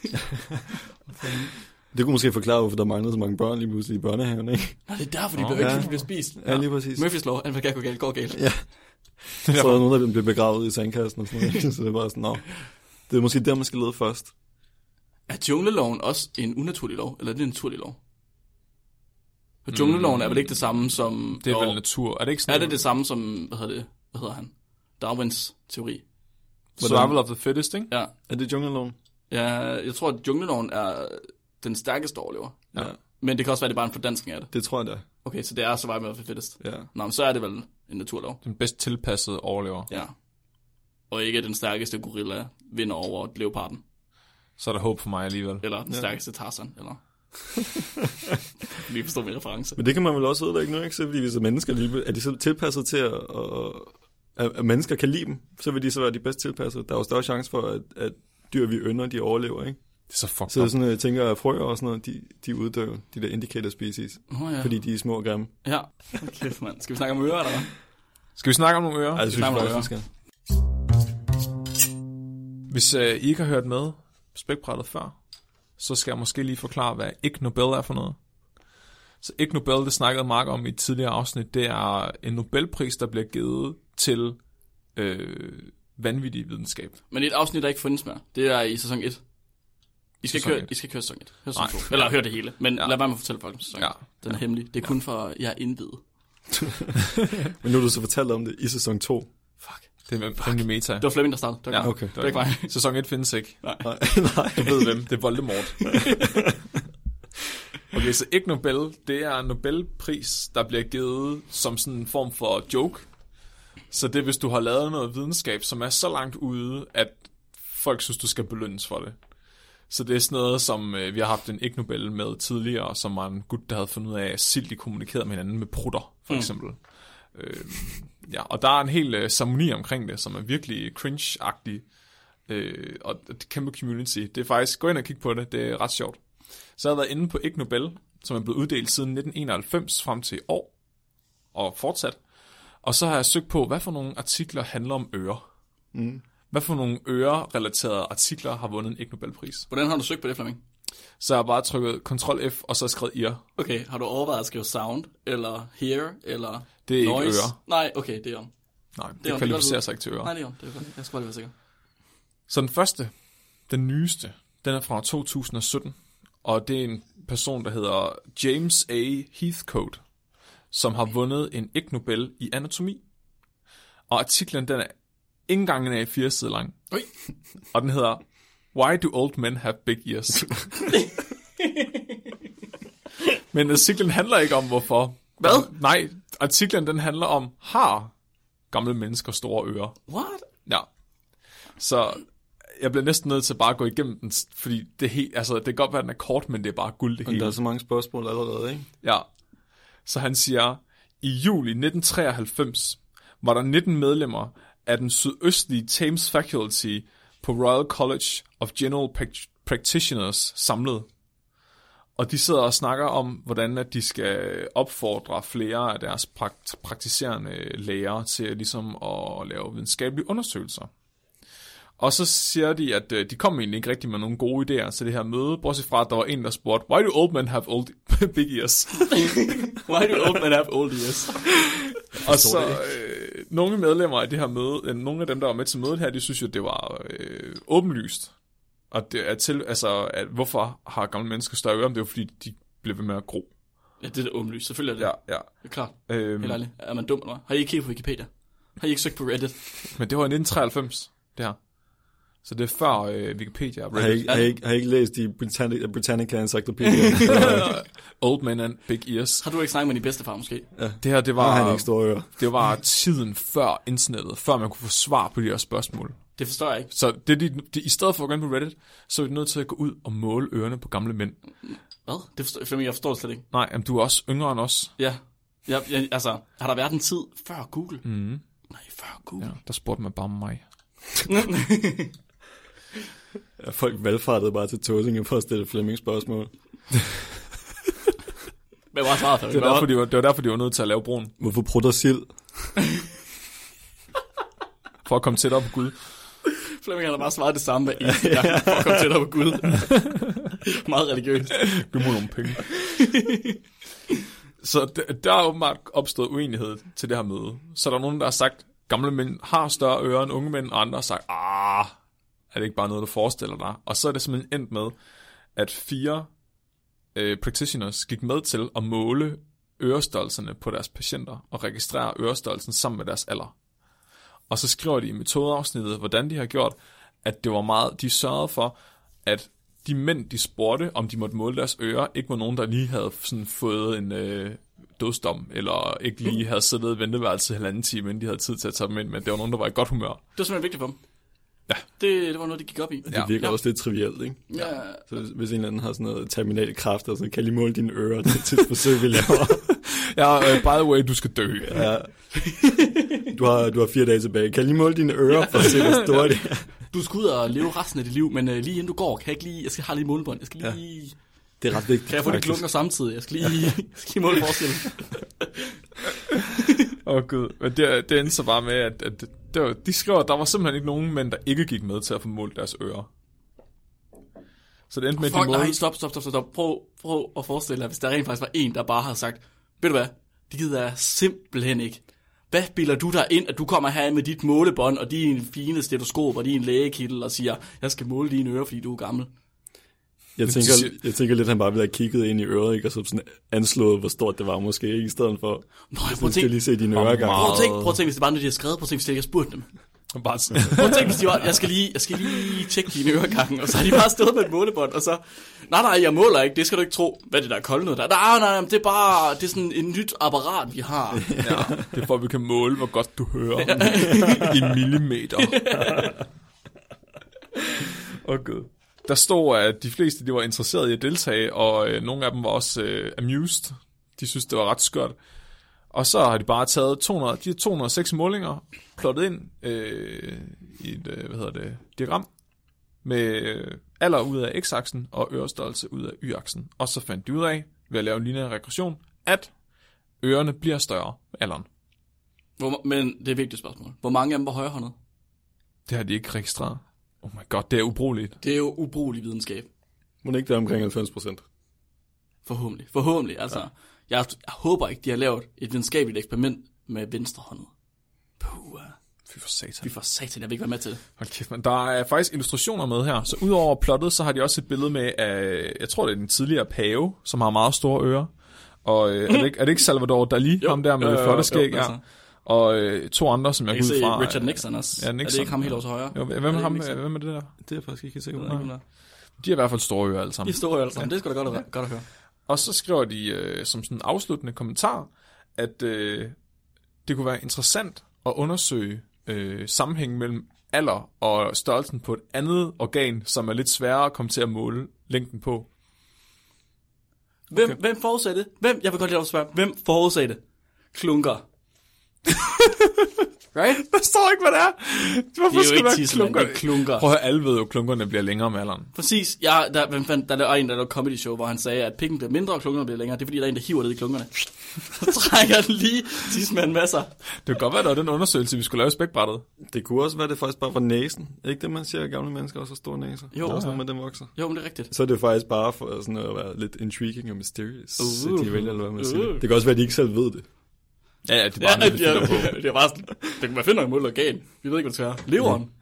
Det kunne måske forklare, hvorfor der manglede så mange børn lige pludselig i børnehaven, ikke? Nå, det er derfor, de Nå, bliver væk, ja. fordi de bliver spist. Ja, lige præcis. Murphys lov, alt hvad kan gå galt, går galt. Ja. Så er der nogen, der bliver begravet i sandkassen og sådan noget. Så det er bare sådan, nå. Det er måske der, man skal lede først. Er jungleloven også en unaturlig lov, eller er det en naturlig lov? For jungleloven er vel ikke det samme som... Det er vel og- natur. Er det ikke Er sådan det det samme som, hvad hedder det, hvad hedder han? Darwins teori. survival of the fittest, ikke? Ja, Er det jungleloven? ja jeg tror, at jungleloven er den stærkeste overlever. Ja. Men det kan også være, det er bare en fordanskning af det. Det tror jeg da. Okay, så det er survival of the fittest. Ja. Nå, men så er det vel en naturlov. Den bedst tilpassede overlever. Ja. Og ikke den stærkeste gorilla vinder over leoparden. Så er der håb for mig alligevel. Eller den Ja. stærkeste Tarzan, eller... Vi forstår min reference. Men det kan man vel også ødelægge nu, ikke? Så fordi hvis er mennesker lige, er de så tilpasset til, at, at, at mennesker kan lide dem, så vil de så være de bedst tilpasset. Der er jo større chance for, at, at dyr, vi ynder, de overlever, ikke? Det er så fucked Så det er up. sådan, jeg tænker, at frøer og sådan noget, de, de uddør, de der indicator species, Nå ja. fordi de er små og grimme. Ja. Okay, mand. Skal vi snakke om ører, eller hvad? Skal vi snakke om nogle ører? Ej, det synes jeg Snakker faktisk, vi om skal. Hvis øh, I ikke har hørt med på Spækbrættet før, så skal jeg måske lige forklare, hvad Ig Nobel er for noget. Så Ig Nobel, det snakkede Mark om i et tidligere afsnit, det er en Nobelpris, der bliver givet til øh, vanvittig videnskab. Men et afsnit, der ikke findes mere, det er i sæson et. I skal, Sæson køre, et. I skal køre sæson et. Hør sæson Nej. to. Eller hør det hele. Men Ja. ja. lad være med at fortælle folk om sæson Ja. et. Den er hemmelig. Det er kun for jer indvidet. Men nu har du så fortalt om det i sæson to. Fuck. Det er rimelig meta. Det var Flemming, der startede. Det var Ja, ja. okay. Det var ikke mig. Sæson et findes ikke. Nej, nej. Du ved hvem, det er Voldemort. Okay, så Ig Nobel, det er en Nobelpris, der bliver givet som sådan en form for joke. Så det er, hvis du har lavet noget videnskab, som er så langt ude, at folk synes, du skal belønnes for det. Så det er sådan noget, som øh, vi har haft en Ig Nobel med tidligere, som var en gut, der havde fundet ud af, at sild de kommunikerede med hinanden med prutter, for eksempel. Mm. Øh, ja, og der er en hel øh, ceremoni omkring det, som er virkelig cringe-agtig. Øh, og det kæmpe community. Det er faktisk, gå ind og kig på det, det er ret sjovt. Så har jeg været inde på Ig Nobel, som er blevet uddelt siden nitten enoghalvfems frem til i år, og fortsat. Og så har jeg søgt på, hvad for nogle artikler handler om ører. Mm. Hvad for nogle øre-relaterede artikler har vundet en Ig Nobelpris? Hvordan har du søgt på det, Flemming? Så jeg har bare trykket Ctrl F, og så skrevet ear. Okay, har du overvejet at skrive sound, eller hear, eller Det er ikke noise? ører. Nej, okay, det er om. Nej, det, er det om, kvalificerer det sig ikke til ører. Nej, det er om. Det er godt. Jeg skal bare lige være sikker. Så den første, den nyeste, den er fra to tusind og sytten, og det er en person, der hedder James A. Heathcote, som har vundet en Ig Nobel i anatomi. Og artiklen, den er ikke engang en A fire side lang. Oj. Og den hedder Why do old men have big ears? Men artiklen handler ikke om, hvorfor. Hvad? Nej, artiklen den handler om, har gamle mennesker store ører? What? Ja. Så jeg bliver næsten nødt til bare at gå igennem den, fordi det, er helt, altså, det kan godt være, at den er kort, men det er bare guld det Men hele. der er så mange spørgsmål allerede, ikke? Ja. Så han siger, i juli nitten treoghalvfems var der nitten medlemmer af den sydøstlige Thames Faculty på Royal College of General Practitioners samlet. Og de sidder og snakker om, hvordan at de skal opfordre flere af deres prakt- praktiserende læger til ligesom at lave videnskabelige undersøgelser. Og så siger de, at de kom egentlig ikke rigtig med nogle gode idéer til det her møde, bortset fra, at der var en, der spurgte, why do old men have old big ears? Why do old men have old ears? Og så øh, nogle medlemmer af det her møde, øh, nogle af dem, der var med til mødet her, de synes jo, det var øh, åbenlyst. Og det er til, altså, at hvorfor har gamle mennesker større ører? Det er jo fordi, de bliver ved med at gro. Ja, det er da åbenlyst. Selvfølgelig er det. Ja, ja. Det er klart. Øhm, Helt ærligt. Er man dum eller hvad? Har I ikke kigget på Wikipedia? Har I ikke søgt på Reddit? Men det var i nitten treoghalvfems, det her. Så det er før øh, Wikipedia. Har I, har, I ikke, har I ikke læst i Britannica, Britannica Encyclopedia? Old men and big ears. Har du ikke snakket med din bedstefar måske? Ja. Det her, det Har han var, ikke store ører? det var tiden før internettet, før man kunne få svar på de her spørgsmål. Det forstår jeg ikke. Så det, de, de, i stedet for at gå ind på Reddit, så er vi nødt til at gå ud og måle ørerne på gamle mænd. Hvad? Det forstår, Flemming, jeg forstår det slet ikke. Nej, jamen, du er også yngre end os. Ja. ja, ja altså, har der været en tid før Google? Mm. Nej, før Google. Ja, der spurgte man bare mig. Ja, folk valgfartede bare til Tåsinge for at stille Flemming spørgsmål. Hvad var svaret for Det var, derfor, de var, det var derfor, de var nødt til at lave broen. Hvorfor prutter sild? For at komme tættere på Gud. Flemming har bare svaret det samme hver eneste gang, for at komme tættere på Gud. Meget religiøst. Du må nogle penge. Så der, der er åbenbart opstået uenighed til det her møde. Så der er nogen, der har sagt, gamle mænd har større ører end unge mænd, og andre har sagt, ah, er det ikke bare noget, du forestiller dig? Og så er det simpelthen endt med, at fire øh, practitioners gik med til at måle ørestørrelserne på deres patienter, og registrere ørestørrelsen sammen med deres alder. Og så skriver de i metodeafsnittet, hvordan de har gjort, at det var meget, de sørgede for, at de mænd, de spurgte, om de måtte måle deres ører, ikke var nogen, der lige havde sådan fået en øh, dødsdom, eller ikke lige havde siddet i venteværelset i halvanden time, inden de havde tid til at tage dem ind, men det var nogen, der var i godt humør. Det var simpelthen vigtigt for dem. Ja. Det, det var noget, de gik op i. Det virker ja. også lidt trivielt, ikke? Ja. Så hvis, hvis en eller anden har sådan noget terminale kræft, og så kan lige måle dine ører til et forsøg, vi laver. Ja, uh, by the way, du skal dø. Ja. Du har, du har fire dage tilbage. Kan jeg lige måle dine ører for at se, hvor store det er? Du skal ud og leve resten af dit liv, men uh, lige inden du går, kan jeg ikke lige... Jeg skal have lige målebånd. Jeg skal lige... Ja. Det er ret vigtigt. Kan jeg få det klunker samtidig? Jeg skal lige, jeg skal lige måle forskellen. Åh oh, gud, men det, det endte så bare med, at, at det var, de skrev, at der var simpelthen ikke nogen mænd, der ikke gik med til at få målt deres ører. Så det endte med, at de Fuck, målte... nej, stop, stop, stop, stop. Prøv, prøv at forestille dig, hvis der rent faktisk var en, der bare havde sagt, ved du hvad, det gider jeg simpelthen ikke. Hvad bilder du dig ind, at du kommer her med dit målebånd, og din fine stetoskop, og din lægekittel, og siger, jeg skal måle dine ører, fordi du er gammel? Jeg tænker, jeg tænker lidt, at han bare ville have kigget ind i øret, ikke? Og så sådan anslået, hvor stort det var måske, ikke? I stedet for, Nå, jeg skal lige se dine ører gang. Prøv at tænke, prøv at tænke, hvis det bare noget, de har skrevet. Prøv at tænke, hvis de ikke har spurgt dem. Bare sådan. Prøv at tænke, hvis de var, jeg skal lige, jeg skal lige tjekke dine øregange, og så har de bare stået med et målebånd, og så, nej, nej, jeg måler ikke, det skal du ikke tro. Hvad er det, der er koldt noget der? Nej, nej, nej, det er bare, det er sådan et nyt apparat, vi har. Ja, det er for, at vi kan måle, hvor godt du hører. I millimeter. Åh oh, gud. Der stod, at de fleste de var interesserede i at deltage, og øh, nogle af dem var også øh, amused. De synes, det var ret skørt. Og så har de bare taget to hundrede, de to hundrede og seks målinger, plottet ind øh, i et øh, hvad hedder det, diagram, med øh, alder ud af x-aksen og ørestørrelse ud af y-aksen. Og så fandt de ud af, ved at lave en lineær regression, at ørerne bliver større med alderen. Hvor, men det er et vigtigt spørgsmål. Hvor mange af dem var højrehåndet? Det har de ikke registreret. Oh my god, det er ubrugeligt. Det er jo ubrugelig videnskab. Må det ikke være omkring halvfems procent? Forhåbentlig. Forhåbentlig, altså. Ja. Jeg, jeg håber ikke, de har lavet et videnskabeligt eksperiment med venstrehåndet. Puh. Fy for satan. Fy for satan, jeg vil ikke være med til det. Hold kæft, man. Der er faktisk illustrationer med her. Så udover plottet, så har de også et billede med af, jeg tror det er den tidligere pave, som har meget store ører. Og øh, er, det ikke, er det ikke Salvador Dali, jo, ham der med øh, flotte skæg? Ja. og øh, to andre, som jeg, Jeg går kan ud se fra. Richard Nixon også. Ja, Nixon. Er det ikke ham helt over til højre? Jo, hvem, er er ham, Nixon? hvem er det der? Det er jeg faktisk ikke sikker Jeg på. ved ikke, hvem det er. De er i hvert fald store ører alle De sammen. er store alle sammen. Det er sgu da godt at, godt at høre. Og så skriver de øh, som sådan en afsluttende kommentar, at øh, det kunne være interessant at undersøge øh, sammenhængen mellem alder og størrelsen på et andet organ, som er lidt sværere at komme til at måle længden på. Hvem, okay. hvem forudsagde det? Hvem, jeg vil godt lide at spørge, hvem forudsagde det? Klunker. Right? Der står ikke, hvad det er. Hvorfor Det er jo skal ikke der tidsmand, det er klunker. Prøv at høre, alle ved jo, at klunkerne bliver længere med alderen. Præcis. Ja, der, hvem fandt, der er en, der lavede et comedy show, hvor han sagde, at pikken bliver mindre, og klunkerne bliver længere. Det er fordi, der er en, der hiver det i klunkerne. Så trækker den lige tidsmand masser. Det kan godt være, der var den undersøgelse, vi skulle lave i spækbrættet. Det kunne også være, det faktisk bare var næsen. Ikke det, man siger, at gamle mennesker også har store næser. Jo. Det er også noget med, den vokser. Jo, men det er rigtigt. Så er det faktisk bare for sådan at være lidt intriguing og mysterious. Uh, Uh, de vælger, eller hvad man siger. uh. Det kan også være, at de ikke selv ved det. Ja, ja, det er bare Ja, noget, vi det, finder på. er, det er bare sådan, det kan man finde noget organ. Vi ved ikke, hvad det skal være. Leveren.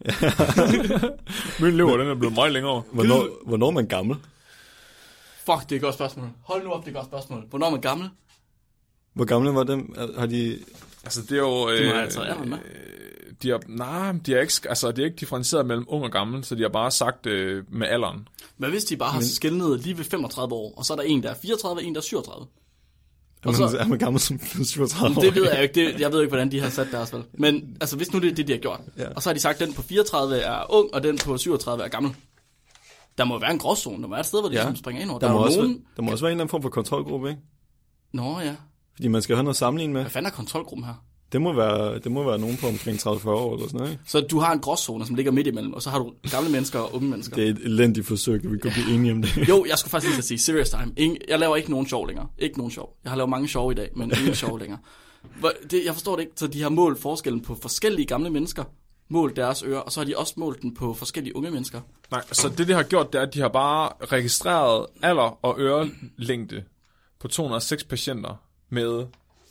Min lever, den er blevet meget længere. Hvornår, hvornår er man gammel? Fuck, det er et godt spørgsmål. Hold nu op, det er et godt spørgsmål. Hvornår er man gammel? Hvor gamle var dem? Har de... Altså, det er jo... De må Øh, have taget alderen med. øh, de er, nej, de er ikke, altså, de er ikke differentieret mellem ung og gammel, så de har bare sagt øh, med alderen. Men hvis de bare har skældnet lige ved femogtredive år, og så er der en, der er fireogtredive, og en, der er syvogtredive. Er man, så- er man gammel som syvogtredive år? Det ved jeg jo ikke. Det, jeg ved ikke, hvordan de har sat deres valg. Men altså, hvis nu det er det, de har gjort, Ja. og så har de sagt, at den på fireogtredive er ung, og den på syvogtredive er gammel. Der må være en gråzone. Der må være et sted, hvor de Ja. ja. springer ind over. Der, Der, må er jo også, nogen... være, der må også være en eller anden form for kontrolgruppe, ikke? Nå ja. Fordi man skal have noget at sammenligne med. Hvad fanden er kontrolgruppen her? Det må være, det må være nogen på omkring tredive til fyrre år eller sådan noget, ikke? Så du har en gråzone, som ligger midt imellem, og så har du gamle mennesker og unge mennesker. Det er et elendigt forsøg, at vi kan blive enige om det. Jo, jeg skulle faktisk lige sige, serious time. Ingen, jeg laver ikke nogen sjov længere. Ikke nogen sjov. Jeg har lavet mange sjov i dag, men ingen sjov længere. Hvor- Det, jeg forstår det ikke. Så de har målt forskellen på forskellige gamle mennesker, målt deres ører, og så har de også målt den på forskellige unge mennesker. Nej, så det, de har gjort, det er, at de har bare registreret alder og ørelængde på to hundrede og seks patienter med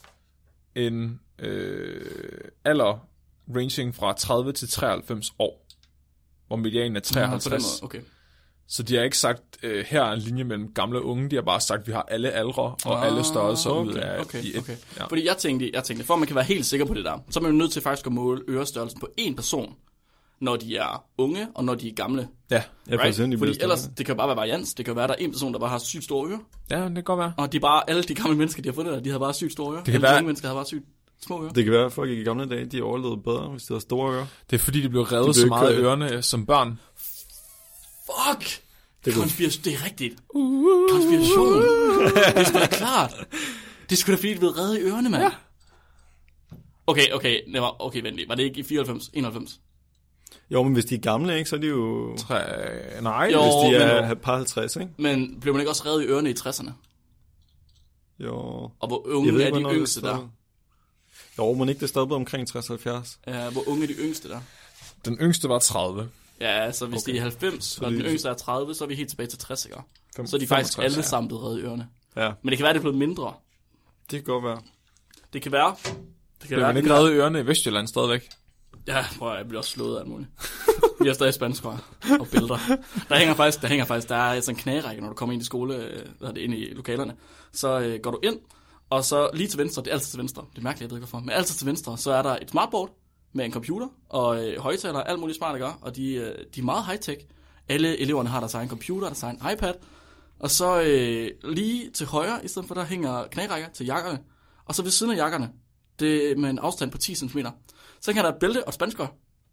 en øh, alder ranging fra tredive til treoghalvfems år, hvor medianen er På den treoghalvtreds. måde, okay. Så de har ikke sagt, øh, her er en linje mellem gamle og unge, de har bare sagt, at vi har alle aldre og alle størrelser okay, ud af okay, i et. okay. Ja. Fordi jeg tænkte, jeg tænkte, for at man kan være helt sikker på det der, så er man jo nødt til faktisk at måle ørestørrelsen på én person, når de er unge og når de er gamle. Ja, Ja, for eksempel, de Fordi bliver ellers, større. det kan jo bare være varians. Det kan jo være, at der er en person, der bare har sygt store ører. ja, det kan godt være. Og de bare, alle de gamle mennesker, de har fundet der, de har bare sygt store ører. kan alle være- de unge mennesker har bare sygt små ører. Det kan være, at folk i gamle dage, de overlevede bedre, hvis de havde store ører. Det er fordi, de blev revet blev så meget af ikke- ørerne øh, som børn. Fuck! Det kunne- Konspiration, det er rigtigt. Konspiration. Det er sgu da klart. Det er sgu da fordi, det blev reddet i ørerne, mand. Ja. Okay, okay, det var, okay, vent lige. Var det ikke i fireoghalvfems, enoghalvfems? Jo, men hvis de er gamle, ikke, så er de jo... Tre... Nej, Jo. Hvis de men- er par halvtreds, ikke? Men blev man ikke også reddet i ørerne i tresserne? Jo... Og hvor Jeg unge ved er ikke, de hvornår det yngste der? stoppede. Jo, men ikke det stoppede omkring tres til halvfjerds. Ja, hvor unge er de yngste der? den yngste var tredive. Ja, så hvis okay. de er halvfems, og det- den yngste er tredive, så er vi helt tilbage til tres, ikke? Fem- Så er de faktisk femogtres, alle ja. sammen blevet reddet i ørerne. Ja, Men det kan være, det er blevet mindre. det kan godt være. Det kan være. Det kan Blev være, man ikke reddet i ørerne i Vestjylland stadigvæk? Ja, prøv at jeg bliver også slået af alt muligt. Vi har stadig spansk og bælter. Der hænger faktisk, der hænger faktisk, der er sådan en knærække, når du kommer ind i skole, øh, hvad er det, ind i lokalerne. Så øh, går du ind, og så lige til venstre, det er altid til venstre, det er mærkeligt, jeg ved ikke hvorfor, men altid til venstre, så er der et smartboard med en computer og øh, højtaler, alt muligt smart, ikke? Og de, øh, de er meget high-tech. Alle eleverne har deres egen computer, deres egen iPad, og så øh, lige til højre, i stedet for der hænger knærækker til jakkerne, og så ved siden af jakkerne, det er med en afstand på ti centimeter, så kan der et bælte og et spanskrør.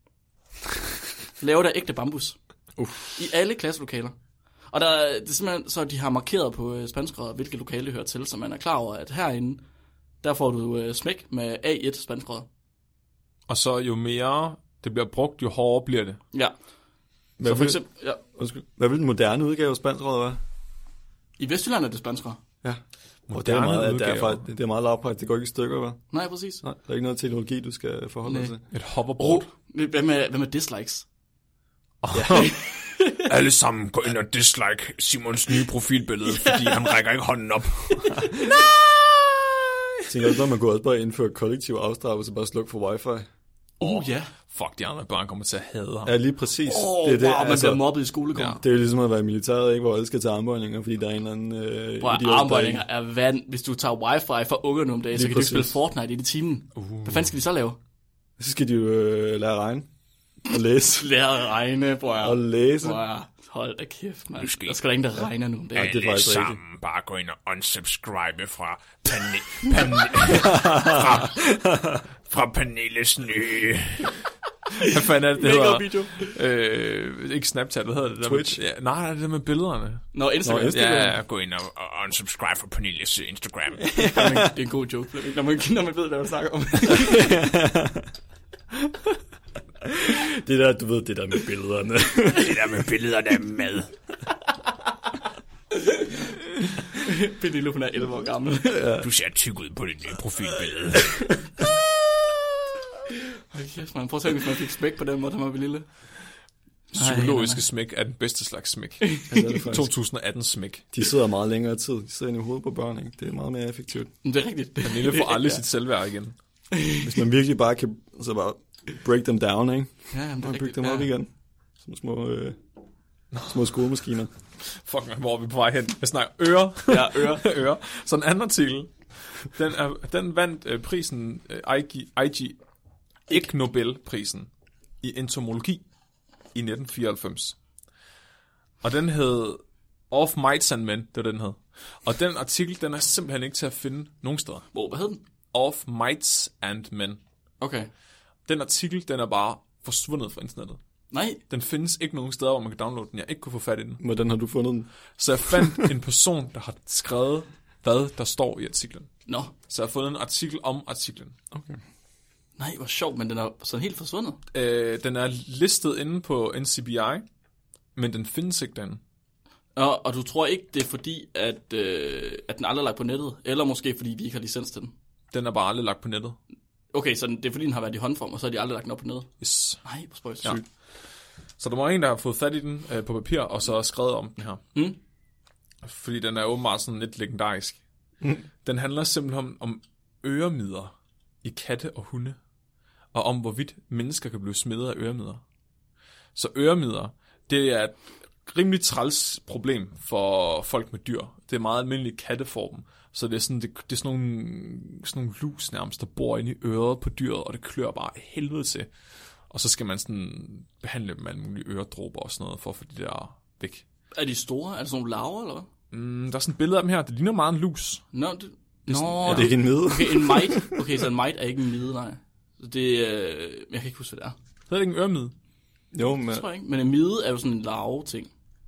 Lavet af ægte bambus. Uff. I alle klasselokaler. Og der, det er simpelthen så, de har markeret på øh, spanskrøret, hvilke lokale det hører til, så man er klar over, at herinde, der får du øh, smæk med A et spanskrøret. Og så jo mere det bliver brugt, jo hårdere bliver det. Ja. Hvad Så for vil, eksempel, ja, undskyld, hvad vil den moderne udgave af spanskrøret være? i Vestjylland er det spanskrør. Ja. Og det er Moderne meget, det er, udgaver. faktisk, det er meget lavprægt, det går ikke i stykker, hva'? Nej, præcis. Nej, der er ikke noget teknologi, du skal forholde dig Nej. til. Et hoverboard. Oh, hvad med, hvad med dislikes? Alle sammen går ind og dislike Simons nye profilbillede, fordi han rækker ikke hånden op. Jeg tænker også, at man kunne også bare indføre kollektiv afstraffelse, bare slukke for wifi. Uh, ja. Fuck, de andre børn kommer til at hade ham. Ja, lige præcis. Åh, det er det, wow, man altså, bliver mobbet i skolegården. Ja. det er jo ligesom at være i militæret, ikke, hvor alle skal tage armbøjninger, fordi der er en eller anden øh, Bro, idiot, armbøjninger er vand. Hvis du tager wifi fra ungerne om dagen, så Lige kan du ikke spille præcis. Fortnite i det timen. Uh. Hvad fanden skal de så lave? Så skal de jo øh, lære at regne og læse. Lære at regne, bror. Og læse. Bror, hold da kæft, mand. skal Der skal der ingen, der regner nu om dagen. det er faktisk sammen bare gå ind og unsubscribe fra, pane- pane- fra, fra Pernilles nye... Hvad fanden er det, det Make-up hedder? video. Øh, ikke Snapchat, hvad hedder det? Der Twitch? Med, ja, nej, det er det med billederne. Nå, Instagram. Nå, Instagram. Ja, gå ind og, og unsubscribe fra Pernilles Instagram. Flemming, det er en god joke, Flemming, når man, når man ved, hvad du snakker om. Det der, du ved, det der med billederne. Det der med billederne af mad. Pernille, hun er elleve år gammel. Du ser tyk ud på dit nye profilbillede. Hold kæft, man. Prøv at tænke, hvis man fik smæk på den måde, da man var lille. Psykologiske smæk er den bedste slags smæk. Altså, det er faktisk- to tusind atten smæk. De sidder meget længere tid. De sidder inde i hovedet på børn, ikke? Det er meget mere effektivt. Men det er rigtigt. Pernille får aldrig sit selvværd igen. Hvis man virkelig bare kan, så bare break them down, ikke? Ja, jamen, det er Og bygge rigtigt. dem op Ja. igen. Som små, øh, små skolemaskiner. Fuck man, hvor er vi på vej hen? Jeg snakker øre. Ja, øre. øre. Så en anden artikel, den, er, den vandt øh, prisen, øh, I G, I G Ig Nobelprisen i entomologi i nitten fireoghalvfems. Og den hed Of Mites and Men, det var den hed. Og den artikel, den er simpelthen ikke til at finde nogen steder. Hvor, hvad hed den? Of Mites and Men. Okay. Den artikel, den er bare forsvundet fra internettet. Nej. Den findes ikke nogen steder, hvor man kan downloade den. Jeg ikke kunne få fat i den. Hvordan har du fundet den? Så jeg fandt en person, der har skrevet, hvad der står i artiklen. Nå. Så jeg har fundet en artikel om artiklen. Okay. Nej, hvor sjovt, men den er sådan helt forsvundet. Øh, den er listet inde på N C B I, men den findes ikke derinde. Og, og du tror ikke, det er fordi, at, øh, at den aldrig er lagt på nettet? Eller måske fordi, vi ikke har licens til den? Den er bare aldrig lagt på nettet. Okay, så den, det er fordi, den har været i håndform, og så har de aldrig lagt den op på nettet? Yes. Nej, hvor spøjs. Ja. Så der var en, der har fået fat i den øh, på papir, og så skrevet om den her. Mm. Fordi den er åbenbart sådan lidt legendarisk. Mm. Den handler simpelthen om, om øremider i katte og hunde, og om hvorvidt mennesker kan blive smittet af øremider. Så øremider, det er et rimelig træls problem for folk med dyr. Det er meget almindeligt katteform, så det er sådan, det, det er sådan nogle, sådan nogle lus nærmest, der bor inde i øret på dyret, og det klør bare helvede til. Og så skal man sådan behandle dem med alle mulige øredråber og sådan noget, for at få de der væk. Er de store? Er det sådan nogle larver, eller hvad? Mm, der er sådan et billede af dem her, det ligner meget en lus. Nå, det... Nå, Er det ikke en mide? Okay, en mite. Okay, så en mite er ikke en mide, nej. Så det øh, jeg kan ikke huske, hvad det er. Det er ikke en øremide. Jo, men Det tror jeg ikke. Men en mide er jo sådan en larve-ting.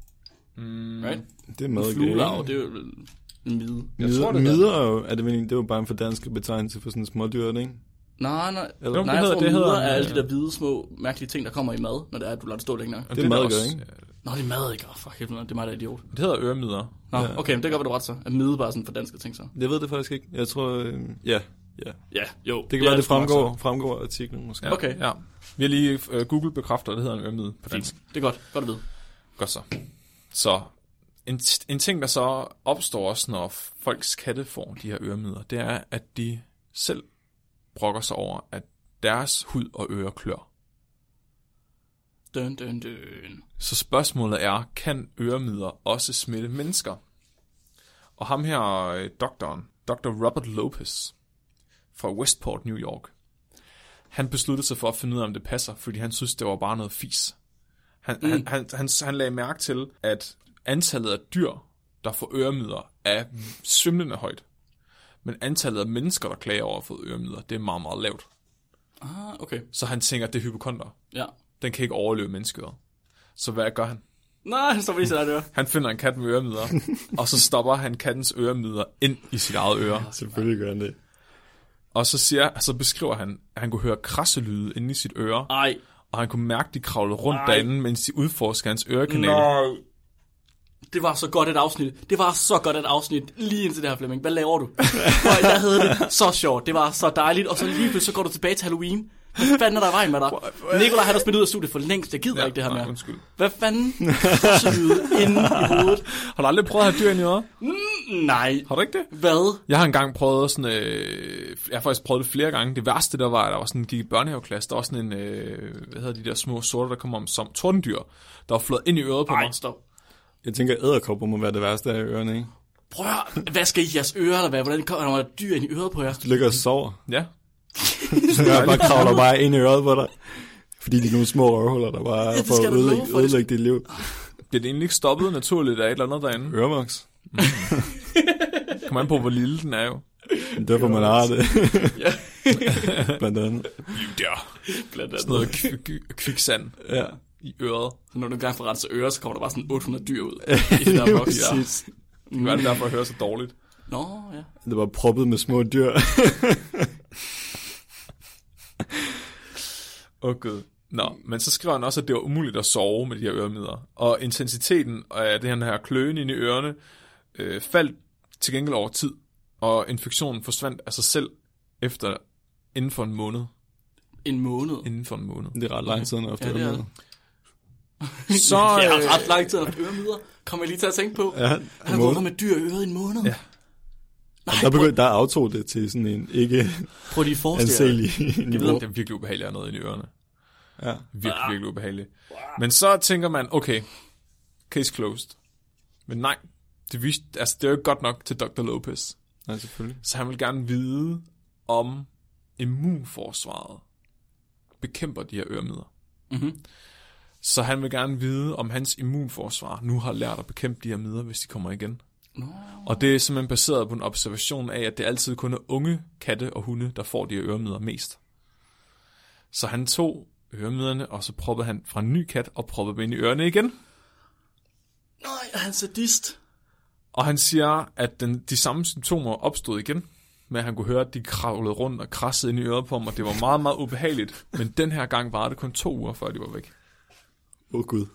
Mm, Right? det er En meget fluelarve, det er jo en mide. Jeg Mider, tror, det mider er jo, er det, vel egentlig- det er jo bare en fordansk betegnelse for sådan en smådyr, ikke? Nej, nej. Eller? Jo, Nej, det jeg hedder- tror, det mider hedder- er alle de der hvide, små, mærkelige ting, der kommer i mad, når det er, at du lader det stå længe nok. og Det er den mad, også- ikke? Nå, det er mad, ikke? Oh, fuck, helt det er mig, der er idiot. Det hedder øremider. Nå, Ja. okay, men det gør, hvad du ret så. At mide bare sådan for danske ting, så. Jeg ved det faktisk ikke. Jeg tror, øh, ja, ja. Ja, jo. Det kan være, er det sgu nok fremgår, fremgår af artiklen måske. Ja, Okay. Ja. Vi har lige uh, Google bekræfter, det hedder en øremide på så. dansk. Fint. Det er godt. Godt at vide. Godt så. Så en, en ting, der så opstår også, når folks katte får de her øremider, det er, at de selv brokker sig over, at deres hud og ører klør. Døn, døn, døn. Så spørgsmålet er, kan øremider også smitte mennesker? Og ham her, øh, doktoren, doktor Robert Lopez fra Westport, New York, han besluttede sig for at finde ud af, om det passer, fordi han synes, det var bare noget fis. Han, mm. han, han, han, han lagde mærke til, at antallet af dyr, der får øremider, er svimlende højt. Men antallet af mennesker, der klager over at få øremider, det er meget, meget lavt. Ah, okay. Så han tænker, at det er hypokonder. Ja. Den kan ikke overleve menneskeøret. Så hvad gør han? Nej, han står lige så der. Han finder en kat med øremider, og så stopper han kattens øremider ind i sit eget øre. Selvfølgelig gør han det. Og så, siger, så beskriver han, at han kunne høre krasselyde inde i sit øre, Ej. og han kunne mærke, de kravlede rundt Ej. derinde, mens de udforsker hans ørekanal. Nej. Det var så godt et afsnit. Det var så godt et afsnit lige indtil det her, Flemming. Hvad laver du? Og jeg havde det så sjovt. Det var så dejligt. Og så lige pludselig så går du tilbage til Halloween. Hvad fanden er der i vejen med dig? Nikolaj han har smidt ud af studiet for længst. Jeg gider ja, ikke det her nej, mere. undskyld. Hvad fanden? Så lyde inde i hovedet. Har du aldrig prøvet at have dyr ind i øret? Mm, Nej. Har du ikke det? Hvad? Jeg har engang prøvet sådan, øh, jeg har faktisk prøvet det flere gange. Det værste der var, at der var sådan, gik i børnehaveklasse, der var sådan en, øh, hvad hedder de der små sorter, der kommer om som tordendyr, der var flået ind i øret på Nej, mig. stop. Jeg tænker, at æderkopper må være det værste af ørerne, ikke? Prøv at hvad skal I jeres ører, eller hvad? Hvordan kommer der dyr ind i øret på jer? Du ligger og sover. Ja. Så jeg bare kravler bare ind i øret på dig. Fordi de er nogle små røvhuller, der bare Ja, det får skal at du love ødelægge, for, det ødelægge dit liv. Bliver det egentlig ikke stoppet naturligt af et eller andet derinde? Ørevoks. Kommer an på, hvor lille den er jo. Derfor man har det. Ja. Blandt andet. Der. Blandt andet. Sådan noget kv- kv- kviksand Ja. i øret. Så når du engang får renset ører, så kommer der bare sådan otte hundrede dyr ud. I den der boks. Ja. Præcis. Det kan være, det derfor at høre så dårligt. Nå, ja. Det var proppet med små dyr. Åh oh, gud. Nå, men så skriver han også, at det var umuligt at sove med de her øremidler. Og intensiteten af det her kløen inde i ørerne øh, faldt til gengæld over tid. Og infektionen forsvandt af sig selv efter inden for en måned. En måned. Inden for en måned. Det er ret lang tid efter Ja, det er øremidler. Så, Jeg øh, har ret lang tid haft øremidler. Kommer jeg lige til at tænke på. Ja, Han har gået med dyr i øret i en måned. Ja. Nej, der, begyndte, der autog det til sådan en ikke prøv lige at forestille jer. anselig jeg ved, niveau. det er virkelig ubehageligt at have noget inde i ørerne. Ja. Virkelig, virkelig ubehageligt. Men så tænker man, okay, case closed. Men nej, det, viste, altså, det er jo ikke godt nok til doktor Lopez. Nej, selvfølgelig. Så han vil gerne vide, om immunforsvaret bekæmper de her øremidler. Mm-hmm. Så han vil gerne vide, om hans immunforsvar nu har lært at bekæmpe de her midler, hvis de kommer igen. Nå. Og det er simpelthen baseret på en observation af, at det altid kun er unge katte og hunde, der får de her øremidler mest. Så han tog øremidlerne, og så proppede han fra en ny kat og proppede dem ind i ørerne igen. Nej, er han sadist? Og han siger, at den, de samme symptomer opstod igen, med at han kunne høre, at de kravlede rundt og krassede ind i øret på ham, og det var meget, meget ubehageligt. Men den her gang var det kun to uger, før de var væk. Åh oh, gud.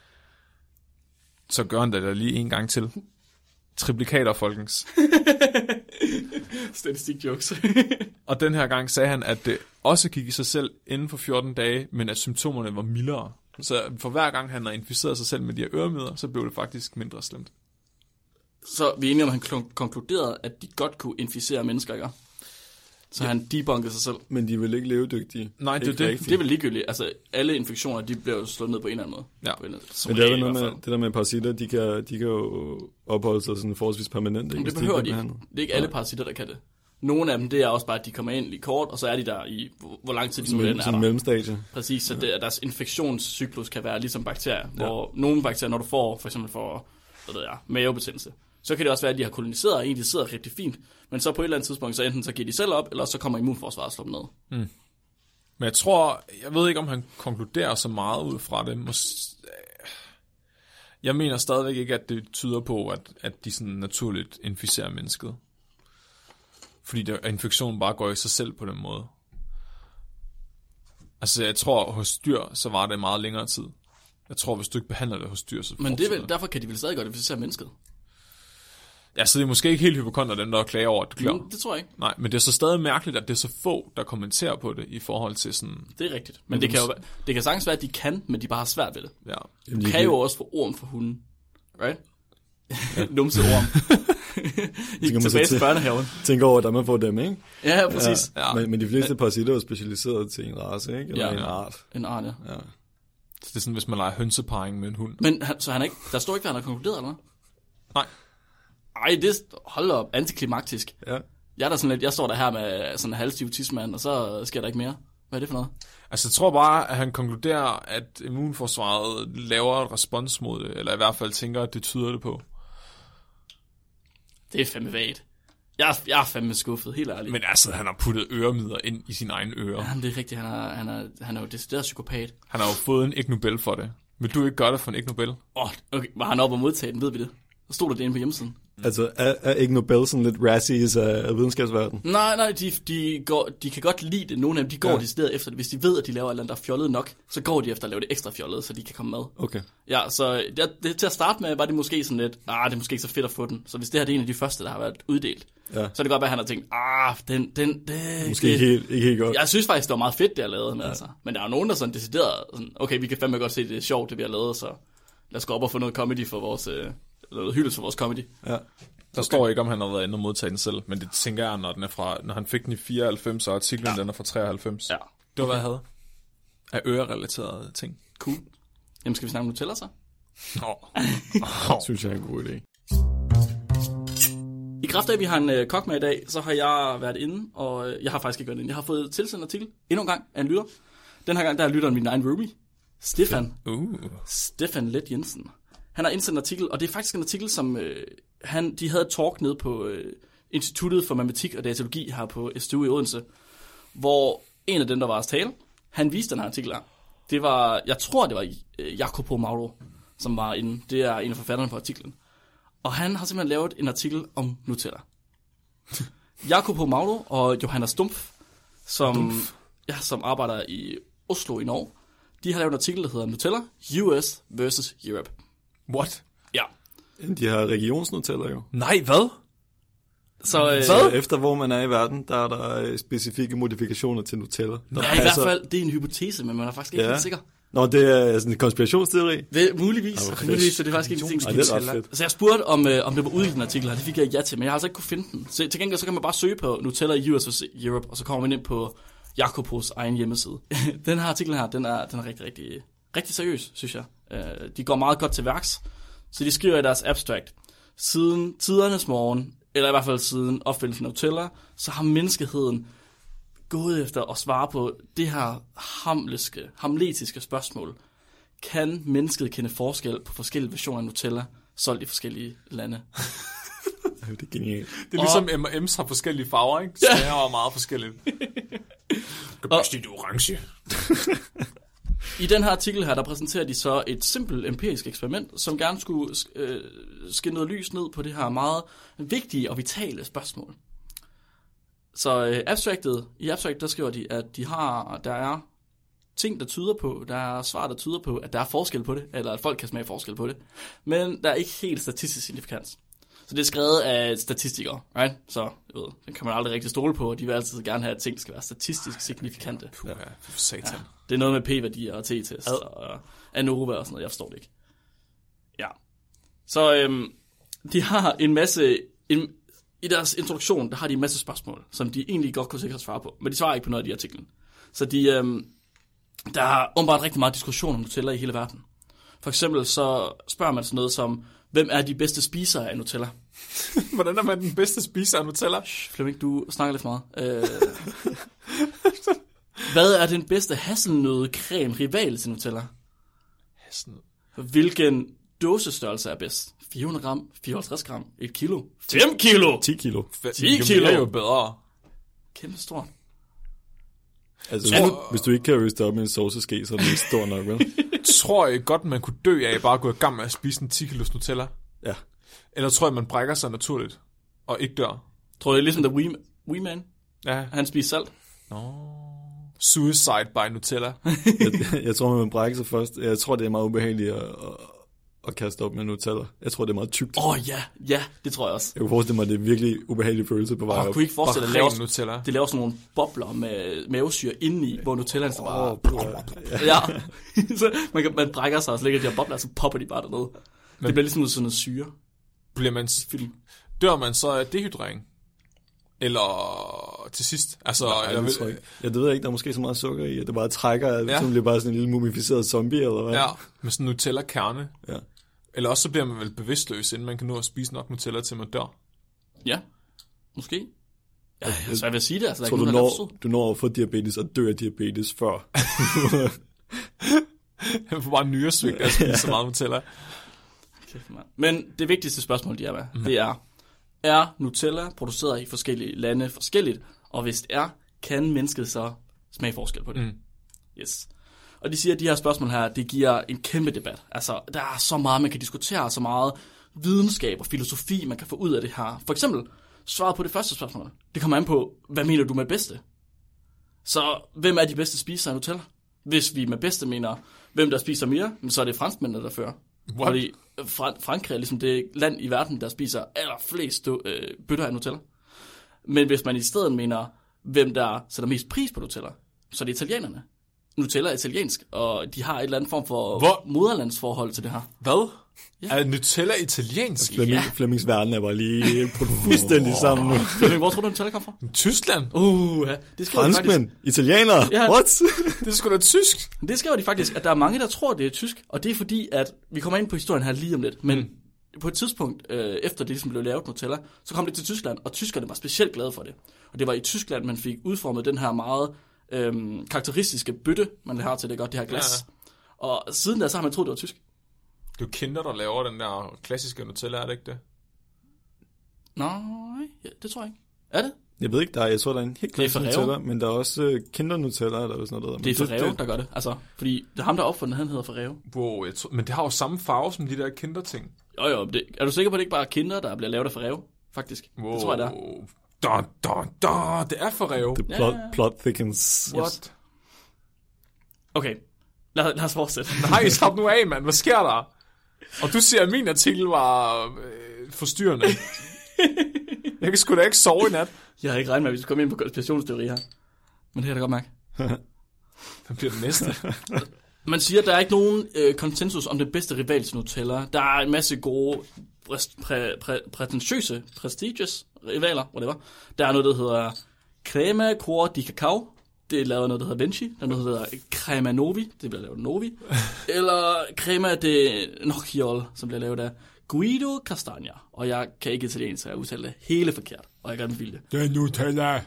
Så gør han det der lige en gang til. Triplikater, folkens. Statistik jokes. Og den her gang sagde han, at det også gik i sig selv inden for fjorten dage, men at symptomerne var mildere. Så for hver gang han har inficeret sig selv med de her øremidler, så blev det faktisk mindre slemt. Så vi er enige om, at han konkluderede, at de godt kunne inficere mennesker, ikke? Så ja. Han debunkede sig selv. Men de vil ikke levedygtige. Nej, det er Ikke det. rigtigt. Det er vel ligegyldigt. Altså, alle infektioner, de bliver jo slået ned på en eller anden måde. Ja. På en, Men det er jo regel i noget hvert med, fald. det der med parasitter, de kan, de kan jo opholde sig sådan forholdsvis permanent. Ikke, Men det hvis behøver de bliver ikke. behandlet. Det er ikke alle parasitter, der kan det. Nogle af dem, det er også bare, at de kommer ind lige kort, og så er de der i, hvor lang tid de nu Som, den er som der. mellemstadie. Præcis, så det, deres infektionscyklus kan være ligesom bakterier, ja. Hvor nogle bakterier, når du får, for eksempel for, hvad ved jeg, mavebetændelse, så kan det også være, at de har koloniseret, og egentlig sidder rigtig fint, men så på et eller andet tidspunkt, så enten så giver de selv op, eller så kommer immunforsvaret og slår dem ned. Mm. Men jeg tror, jeg ved ikke, om han konkluderer så meget ud fra det. Mås- jeg mener stadigvæk ikke, at det tyder på, at, at de sådan naturligt inficerer mennesket. Fordi der, infektionen bare går i sig selv på den måde. Altså, jeg tror, hos dyr, så var det meget længere tid. Jeg tror, hvis du ikke behandler det hos dyr, så Men det er vel, fortsætter. derfor kan de vel stadig godt inficere mennesket. Ja, så det er måske ikke helt hypokonter, dem der klager over, at det Mm, klør. det tror jeg ikke. Nej, men det er så stadig mærkeligt, at det er så få, der kommenterer på det, i forhold til sådan... Det er rigtigt. Men det kan jo være, det kan sagtens være, at de kan, men de bare har svært ved det. Ja. Jamen, Du de kan jo også få orm for hunden. Right? Numse orm. I man så tilbage til til- børnehaven. tænker over, at man får dem, ikke? Ja, præcis. Ja. Men, men de fleste parasitter er jo specialiseret til en race, ikke? Eller Ja. en art. En art, ja. Ja. Så det er sådan, hvis man leger hønseparring med en hund. Men han, så han er ikke, der står ikke, hvad han har konkluderet, eller hvad? Nej. Ej, det er, hold op, antiklimaktisk. Ja. Jeg er der sådan lidt, jeg står der her med sådan en halvstiv tidsmand, og så sker der ikke mere. Hvad er det for noget? Altså, jeg tror bare, at han konkluderer, at immunforsvaret laver et respons mod det, eller i hvert fald tænker, at det tyder det på. Det er fandme vagt. Jeg er, jeg er fandme skuffet, helt ærligt. Men altså, han har puttet øremidler ind i sine egne ører. Ja, det er rigtigt, han er, han er, han er jo decideret psykopat. Han har jo fået en Ig Nobel for det. Vil du ikke gøre det for en Ig Nobel? Åh, oh, okay, var han oppe og modtage den, ved vi det? Så stod der det inde på hjemmesiden. Altså, er, er ikke Nobel sådan lidt razzies af, af videnskabsverdenen? Nej, nej, de, de, går, de kan godt lide det. Nogle af dem, de går Ja. ja. decideret efter det. Hvis de ved, at de laver et eller andet, der er fjollet nok, så går de efter at lave det ekstra fjollet, så de kan komme med. Okay. Ja, så det, det, til at starte med, var det måske sådan lidt, ah, det er måske ikke så fedt at få den. Så hvis det her det er en af de første, der har været uddelt, Ja. så er det godt være, at han har tænkt, ah, den, den, det... Måske det. ikke helt, ikke helt godt. Jeg synes faktisk, det var meget fedt, det jeg lavede med, ja. altså. Men der er jo nogen, der sådan decideret, sådan, okay, vi kan fandme godt se, det er sjovt, det vi har lavet, så lad os gå op og få noget comedy for vores, øh, noget hyldest for vores comedy. Ja. Der okay. står ikke, om han har været inde og modtage den selv, men det tænker jeg, når, den er fra, når han fik den i fireoghalvfems, og artiklen ja. den er fra treoghalvfems. Ja. Det var, hvad jeg havde. Af ørerelaterede ting. Cool. Jamen, skal vi snakke om Nutella så? Oh. oh. Synes jeg er en god idé. I kraft af, at vi har en øh, kok med i dag, så har jeg været inde, og øh, jeg har faktisk ikke været inde. Jeg har fået tilsendt artikel endnu en gang af en lytter. Den her gang, der er lytteren min egen roomie, Stefan. Uh. Stefan Let Jensen. Han har indsendt en artikel, og det er faktisk en artikel, som øh, han, de havde et talk nede på øh, Instituttet for Matematik og Datalogi her på S D U i Odense, hvor en af dem, der var at tale, han viste den her artikel her. Det var, jeg tror, det var øh, Jacopo Mauro, som var inde. Det er en af forfatterne på artiklen. Og han har simpelthen lavet en artikel om Nutella. Jacopo Mauro og Johanna Stumpf, som, ja, som arbejder i Oslo i Norge, de har lavet en artikel, der hedder Nutella, U S versus Europe. What? Ja. De har regionsnuteller jo. Nej, hvad? Så, øh, Så efter hvor man er i verden, der er der specifikke modifikationer til Nutella. Der ja, i hvert fald, det er en hypotese, men man er faktisk ikke ja. helt sikker. Nå, det er sådan en konspirationsteori. Det, muligvis, okay. muligvis, så det er faktisk ikke en ting, det er ret fedt. Så jeg spurgte, om, øh, om det var ude i den artikel her, det fik jeg ja til, men jeg har altså ikke kunne finde den. Så til gengæld, så kan man bare søge på Nutella U S versus Europe, og så kommer man ind på Jacopos egen hjemmeside. Den her artikel her, den er, den er rigtig, rigtig, rigtig seriøs, synes jeg. Uh, de går meget godt til værks, så de skriver i deres abstract, siden tidernes morgen, eller i hvert fald siden opfindelsen af Nutella, så har menneskeheden gået efter at svare på det her hamleske, hamletiske spørgsmål. Kan mennesket kende forskel på forskellige versioner af Nutella, solgt i forskellige lande? Det er genialt. Det er ligesom M og M's har forskellige farver, ikke? Smager ja. er meget forskelligt. Kan bedst lide orange. I den her artikel her, der præsenterer de så et simpelt empirisk eksperiment, som gerne skulle øh, skinne noget lys ned på det her meget vigtige og vitale spørgsmål. Så øh, abstractet, i abstract, der skriver de, at de har, der er ting, der tyder på, der er svar, der tyder på, at der er forskel på det, eller at folk kan smage forskel på det. Men der er ikke helt statistisk signifikans. Så det er skrevet af statistikere, right? Så jeg ved, den kan man aldrig rigtig stole på, og de vil altid gerne have, at ting skal være statistisk signifikante. Puh, ja, for satan. Ja, det er noget med p-værdier og t-test og ANOVA og sådan noget, jeg forstår det ikke. Ja. Så øhm, de har en masse, en, i deres introduktion, der har de en masse spørgsmål, som de egentlig godt kunne sikkert svare på, men de svarer ikke på noget af de artiklen. Så de, øhm, der er åbenbart rigtig meget diskussion om Nutella i hele verden. For eksempel så spørger man sådan noget som, hvem er de bedste spisere af Nutella? Hvordan er man den bedste spiser af Nutella? Flemming, du snakker lidt for meget. Øh, hvad er den bedste hasselnødecreme rival til Nutella? Hasselnød. Hvilken dåsestørrelse er bedst? fire hundrede gram, fireoghalvtreds gram, et kilo, fem kilo, ti kilo. ti kilo. Det er jo bedre. Kæmpe stort. Altså, hvis, hvis du ikke kan ryste op med en sauceske, så er det ikke stor nok, vel? Tror jeg godt, man kunne dø af bare at gå i gang med at spise en ti kilos Nutella? Ja. Eller tror jeg, man brækker sig naturligt og ikke dør? Tror du, det er ligesom The Wee, Wee Man? Ja. Han spiser salt. No. Suicide by Nutella. jeg, jeg tror, man brækker sig først. Jeg tror, det er meget ubehageligt at, at, at kaste op med Nutella. Jeg tror, det er meget tykt. Åh oh, ja, ja, det tror jeg også. Jeg kunne forestille mig, at det er virkelig ubehagelig følelse på vej op. Jeg kunne ikke forestille dig, at Nutella. Det laver sådan nogle bobler med mavesyre indeni, hvor Nutellaen så bare... Oh, ja, så man, kan, man brækker sig, og så ligger de her bobler, og så popper de bare dernede. Men det bliver ligesom sådan noget syre. Bliver man... Film. Dør man så af dehydrering? Eller til sidst? Altså, nej, jeg, ved, jeg, jeg ved ikke, der er måske så meget sukker i, at det bare trækker, at ja. Det bliver bare sådan en lille mumificeret zombie, eller hvad? Ja, med sådan en Nutella-kerne. Ja. Eller også så bliver man vel bevidstløs, inden man kan nå at spise nok Nutella, til man dør. Ja, måske. Ja, så jeg vil sige det. Altså, tror, der du, når, du når at få diabetes og dør af diabetes før. Jeg får bare nyresvigt, at jeg spiser så meget Nutella. Men det vigtigste spørgsmål, de er med, mm. det er, er Nutella produceret i forskellige lande forskelligt? Og hvis det er, kan mennesket så smage forskel på det? Mm. Yes. Og de siger, at de her spørgsmål her, det giver en kæmpe debat. Altså, der er så meget, man kan diskutere, så meget videnskab og filosofi, man kan få ud af det her. For eksempel, svaret på det første spørgsmål. Det kommer an på, hvad mener du med bedste? Så hvem er de bedste spisere af Nutella? Hvis vi med bedste mener, hvem der spiser mere, så er det franskmændene, der fører. What? Fordi Fran- Frankrig er ligesom det land i verden, der spiser allerflest øh, bøtter af Nutella. Men hvis man i stedet mener, hvem der sætter mest pris på Nutella, så er det italienerne. Nutella er italiensk, og de har et eller andet form for Hvor? moderlandsforhold til det her. Hvad? Ja. Er Nutella italiensk? Flemming, ja. Flemmings verden er bare lige på fuldstændig oh. sammen nu. Flemming, hvor tror du, Nutella kom fra? Tyskland. Uh, ja. Det Franskmænd, faktisk... italienere, ja. What? Det er sgu da tysk. Det skriver de faktisk, at der er mange, der tror, det er tysk. Og det er fordi, at vi kommer ind på historien her lige om lidt. Men mm. på et tidspunkt, øh, efter det ligesom blev lavet Nutella, så kom det til Tyskland, og tyskerne var specielt glade for det. Og det var i Tyskland, man fik udformet den her meget øh, karakteristiske bøtte, man har til det godt, det her glas. Ja. Og siden da, så har man troet, det var tysk. Det er jo Kinder, der laver den der klassiske Nutella, er det ikke det? Nej, ja, det tror jeg ikke. Er det? Jeg ved ikke, der er, jeg tror, der er en helt klassisk Nutella, men der er også uh, Kinder Nutella, der er også noget, der det er Ferrero, der gør det. Altså, fordi det er ham, der opfundet, han hedder Ferrero. Wow, jeg tror, men det har jo samme farve som de der Kinder-ting. Jo, jo, det, er du sikker på, at det ikke bare er Kinder, der bliver lavet af Ferrero, faktisk? Wow. Det tror jeg, det er. Da, da, da, det er Ferrero. The plot, ja. plot thickens. What? Okay, lad, lad os fortsætte. Nej, slap nu af, mand. Hvad sker der? Og du siger, at min artikel var øh, forstyrrende. Jeg kan sgu da ikke sove i nat. Jeg har ikke regnet med, at vi skal komme ind på konspirationsteori her. Men det kan jeg da godt mærke. Hvad bliver det næste? Man siger, at der er ikke nogen øh, konsensus om det bedste rival til Nutella. Der er en masse gode, præ- præ- præ- prætentiøse, prestigious rivaler, whatever. Der er noget, der hedder Crema Cor di Cacao. Det er lavet noget, der hedder Vinci. Der er noget, der hedder Crema Novi. Det bliver lavet Novi. Eller Crema de Nocciol, som bliver lavet af Guido Castagna. Og jeg kan ikke italiensk, så jeg udtaler det hele forkert. Og jeg gør den vilde. Det er Nutella.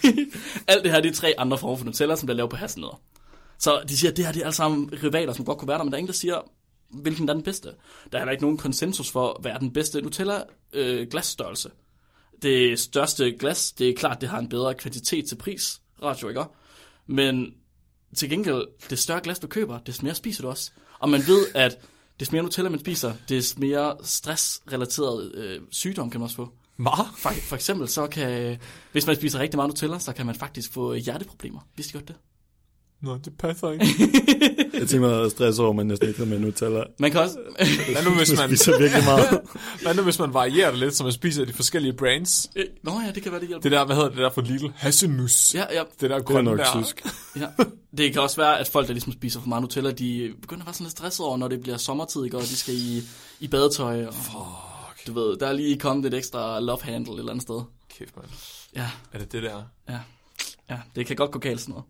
Alt det her, det er tre andre former for Nutella, som bliver lavet på hasselnødder. Så de siger, at det her det er alle sammen rivaler, som godt kunne være der, men der er ingen, der siger, hvilken der er den bedste. Der er heller ikke nogen konsensus for, hvad er den bedste Nutella-glasstørrelse. Øh, det største glas, det er klart, det har en bedre kvantitet til pris ratio, ikke? Men til gengæld, det større glas, du køber, des mere spiser du også. Og man ved, at des mere Nutella, man spiser, des mere stressrelateret øh, sygdom kan man også få. Hvad? For, for eksempel, så kan, hvis man spiser rigtig meget Nutella, så kan man faktisk få hjerteproblemer. Vidste I godt det? Nå, det passer ikke. Jeg tænker mig at stress over, at man næsten ikke med Nutella. Man kan også... Hvad nu, hvis man... spiser virkelig meget. Hvad nu, hvis man varierer det lidt, så man spiser de forskellige brands? Nå ja, det kan være, det hjælper. Det der, hvad hedder det der for Lidl? Hasselnuss. Ja, ja. Det der grønne nok der. tysk. Ja. Det kan også være, at folk, der ligesom spiser for meget Nutella, de begynder at være sådan lidt stresset over, når det bliver sommertid, ikke? Og de skal i, i badetøj. Og, Fuck. Du ved, der er lige kommet et ekstra love handle et eller andet sted. Kæft, man. Ja. Er det det der? Ja. Ja, det kan godt gå galt sådan noget.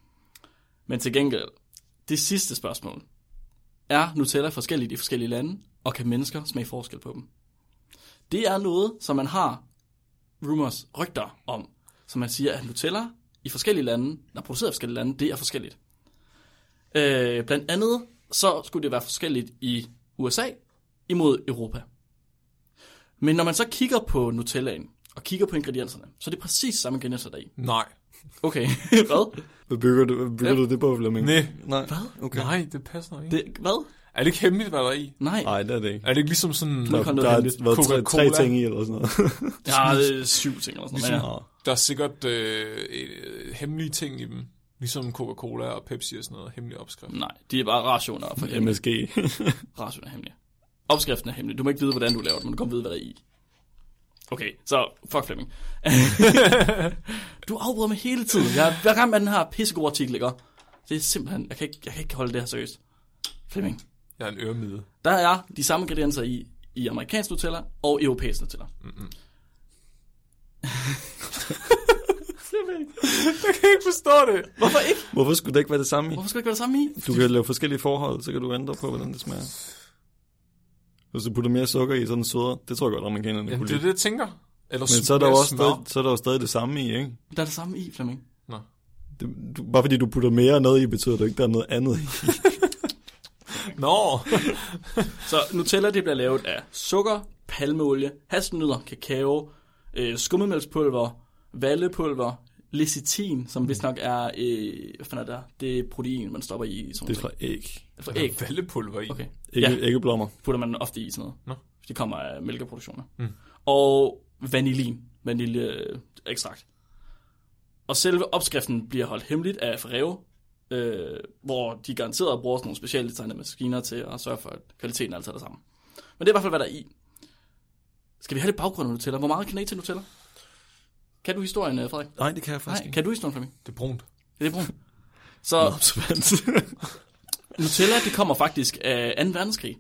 Men til gengæld, det sidste spørgsmål. Er Nutella forskelligt i forskellige lande, og kan mennesker smage forskel på dem? Det er noget, som man har rumors, rygter om, som man siger, at Nutella i forskellige lande, der er produceret i forskellige lande, det er forskelligt. Øh, blandt andet, så skulle det være forskelligt i U S A imod Europa. Men når man så kigger på Nutellaen, og kigger på ingredienserne, så er det præcis samme ingredienser der i. Nej. Okay, hvad? Hvad bygger du, bygger ja. du det på, Flemming? Nej. Nej. Hvad? Okay. Nej, det passer ikke. Det, hvad? Er det ikke hemmeligt, hvad der er i? Nej. Nej, det er det ikke. Er det ikke ligesom sådan... Der, der har været tre, tre ting i, eller sådan noget. Ja, det er syv ting eller sådan ligesom, noget. Ja. Der er sikkert øh, øh, hemmelige ting i dem. Ligesom Coca-Cola og Pepsi og sådan noget. Hemmelige opskrifter. Nej, de er bare rationer for hemmelige. M S G. Rationer er hemmelige. Opskriften er hemmelig. Du må ikke vide, hvordan du laver det, men du kan vide, hvad der er i. Okay, så fuck Flemming. Du afbryder mig hele tiden. Jeg er ramt af den her pissegode artikel, ikke? Det er simpelthen... Jeg kan ikke, jeg kan ikke holde det her seriøst. Flemming. Jeg er en øremide. Der er de samme ingredienser i, i amerikansk Nutella og europæisk Nutella. Mm-hmm. Jeg kan ikke forstå det. Hvorfor ikke? Hvorfor skulle det ikke være det samme i? Hvorfor skulle det ikke være det samme i? Du kan lave forskellige forhold, så kan du ændre på, hvordan det smager. Hvis du putter mere sukker i, så er den sødere. Det tror jeg godt, amerikanerne Jamen, kunne det er lide. det, jeg tænker. Eller Men så er der jo også stadig, så er der jo stadig det samme i, ikke? Der er det samme i, Flemming. Nå. Det, du, bare fordi du putter mere noget i, betyder det ikke, der er noget andet i. Nå. Så Nutella, det bliver lavet af sukker, palmeolie, hasselnødder, kakao, øh, skummemælkspulver, vallepulver, lecitin, som vist nok er, øh, hvad fanden er det? Det er protein, man stopper i. Sådan Det er fra æg. fra æg. Vallepulver i. Okay. Ægge, Ja, æggeblommer. putter man ofte i sådan noget. Nå. Det kommer af mælkeproduktioner. Mm. Og vanilin, vaniljeekstrakt. Og selve opskriften bliver holdt hemmeligt af Ferrero, øh, hvor de garanteret bruger sådan nogle specielt designede maskiner til at sørge for, at kvaliteten er altid er det samme. Men det er i hvert fald, hvad der er i. Skal vi have lidt baggrund af Nutella? Hvor meget kan I til Nutella? Kan du historien, Frederik? Nej, det kan jeg faktisk Nej, ikke. kan du historien, Flemming? Det er brunt. Ja, det er brunt. Så Nutella, det kommer faktisk af anden verdenskrig.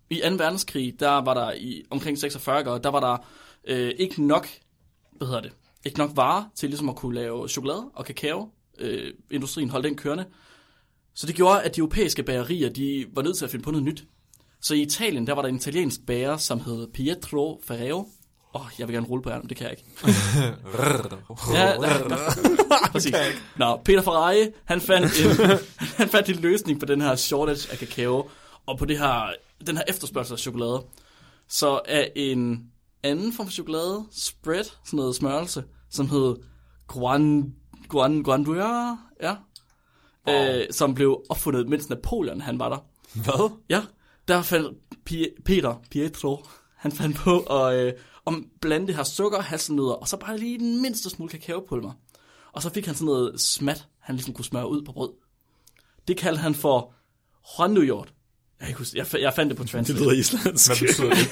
i anden verdenskrig, der var der i omkring seksogfyrre, der var der øh, ikke nok, hvad hedder det, ikke nok varer til ligesom at kunne lave chokolade og kakao. Øh, industrien holdt den kørende. Så det gjorde, at de europæiske bagerier, de var nødt til at finde på noget nyt. Så i Italien, der var der en italiensk bager, som hed Pietro Ferrero. Åh, oh, jeg vil gerne rulle på jer, men det kan jeg ikke. ja, ja, præcis. Nå, Peter Ferrari, han fandt, en, han fandt en løsning på den her shortage af kakao, og på det her, den her efterspørgsel af chokolade. Så af en anden form for chokolade, spread, sådan noget smørelse, som hed Guan, Guan, Guandura, ja, wow. øh, som blev opfundet, mens Napoleon han var der. Hvad? Ja, der fandt P- Peter, Pietro, han fandt på at øh, om blande det her sukker, hasselnødder, og så bare lige den mindste smule kakaopulver. Og så fik han sådan noget smat, han ligesom kunne smøre ud på brød. Det kaldte han for håndujord. Jeg, jeg, jeg fandt det på Translate. Det lyder islandsk. Hvad betyder det?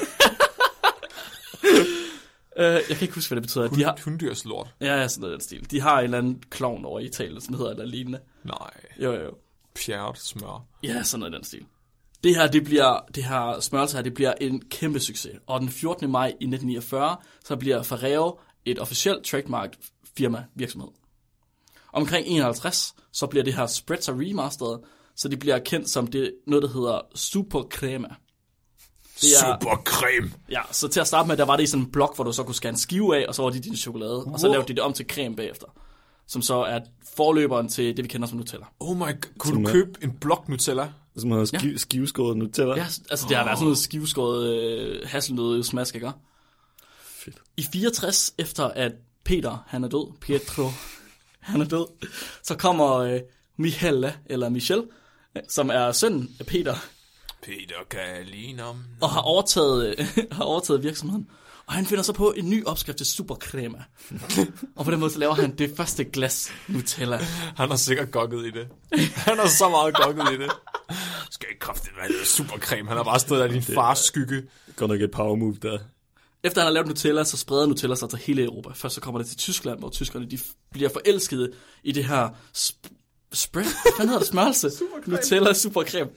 uh, jeg kan ikke huske, hvad det betyder. De har Hundyrslort. Ja, ja, sådan noget den stil. De har en eller anden klovn over i Italien, som hedder eller lignende. Nej. Jo, jo, jo. Pjert smør. Ja, sådan noget den stil. Det her, det bliver, det her smørelse her, det bliver en kæmpe succes. Og den fjortende maj i nitten niogfyrre, så bliver Ferrero et officielt trademark firma virksomhed. Omkring enoghalvtreds, så bliver det her spread så remasteret, så det bliver kendt som det, noget, der hedder Supercrema. Det er, Supercreme! Ja, så til at starte med, der var det i sådan en blok, hvor du så kunne skære en skive af, og så var det din chokolade, og så lavede de det om til creme bagefter. Som så er forløberen til det, vi kender som Nutella. Oh my god, kunne du købe en blok Nutella? Som har ski- ja. skiveskåret Nutella. Ja, altså det har været sådan noget skiveskåret øh, hasselnød smask, ikke? Fedt. I fireogtres, efter at Peter, han er død, Pietro, han er død, så kommer øh, Michele, eller Michel, som er sønnen af Peter. Peter kan ligne om. Og har overtaget, øh, har overtaget virksomheden. Og han finder så på en ny opskrift til supercrema. Og på den måde så laver han det første glas Nutella. Han har sikkert gokket i det. Han har så meget gokket i det. Skal ikke kraftigt være det supercreme. Han har bare stået af din fars skygge. Godt nok et power move der. Efter han har lavet Nutella, så spreder Nutella sig til hele Europa. Først så kommer det til Tyskland, hvor tyskerne de bliver forelskede i det her sp- spread. Hvad hedder det? Smørelse? Nutella supercreme.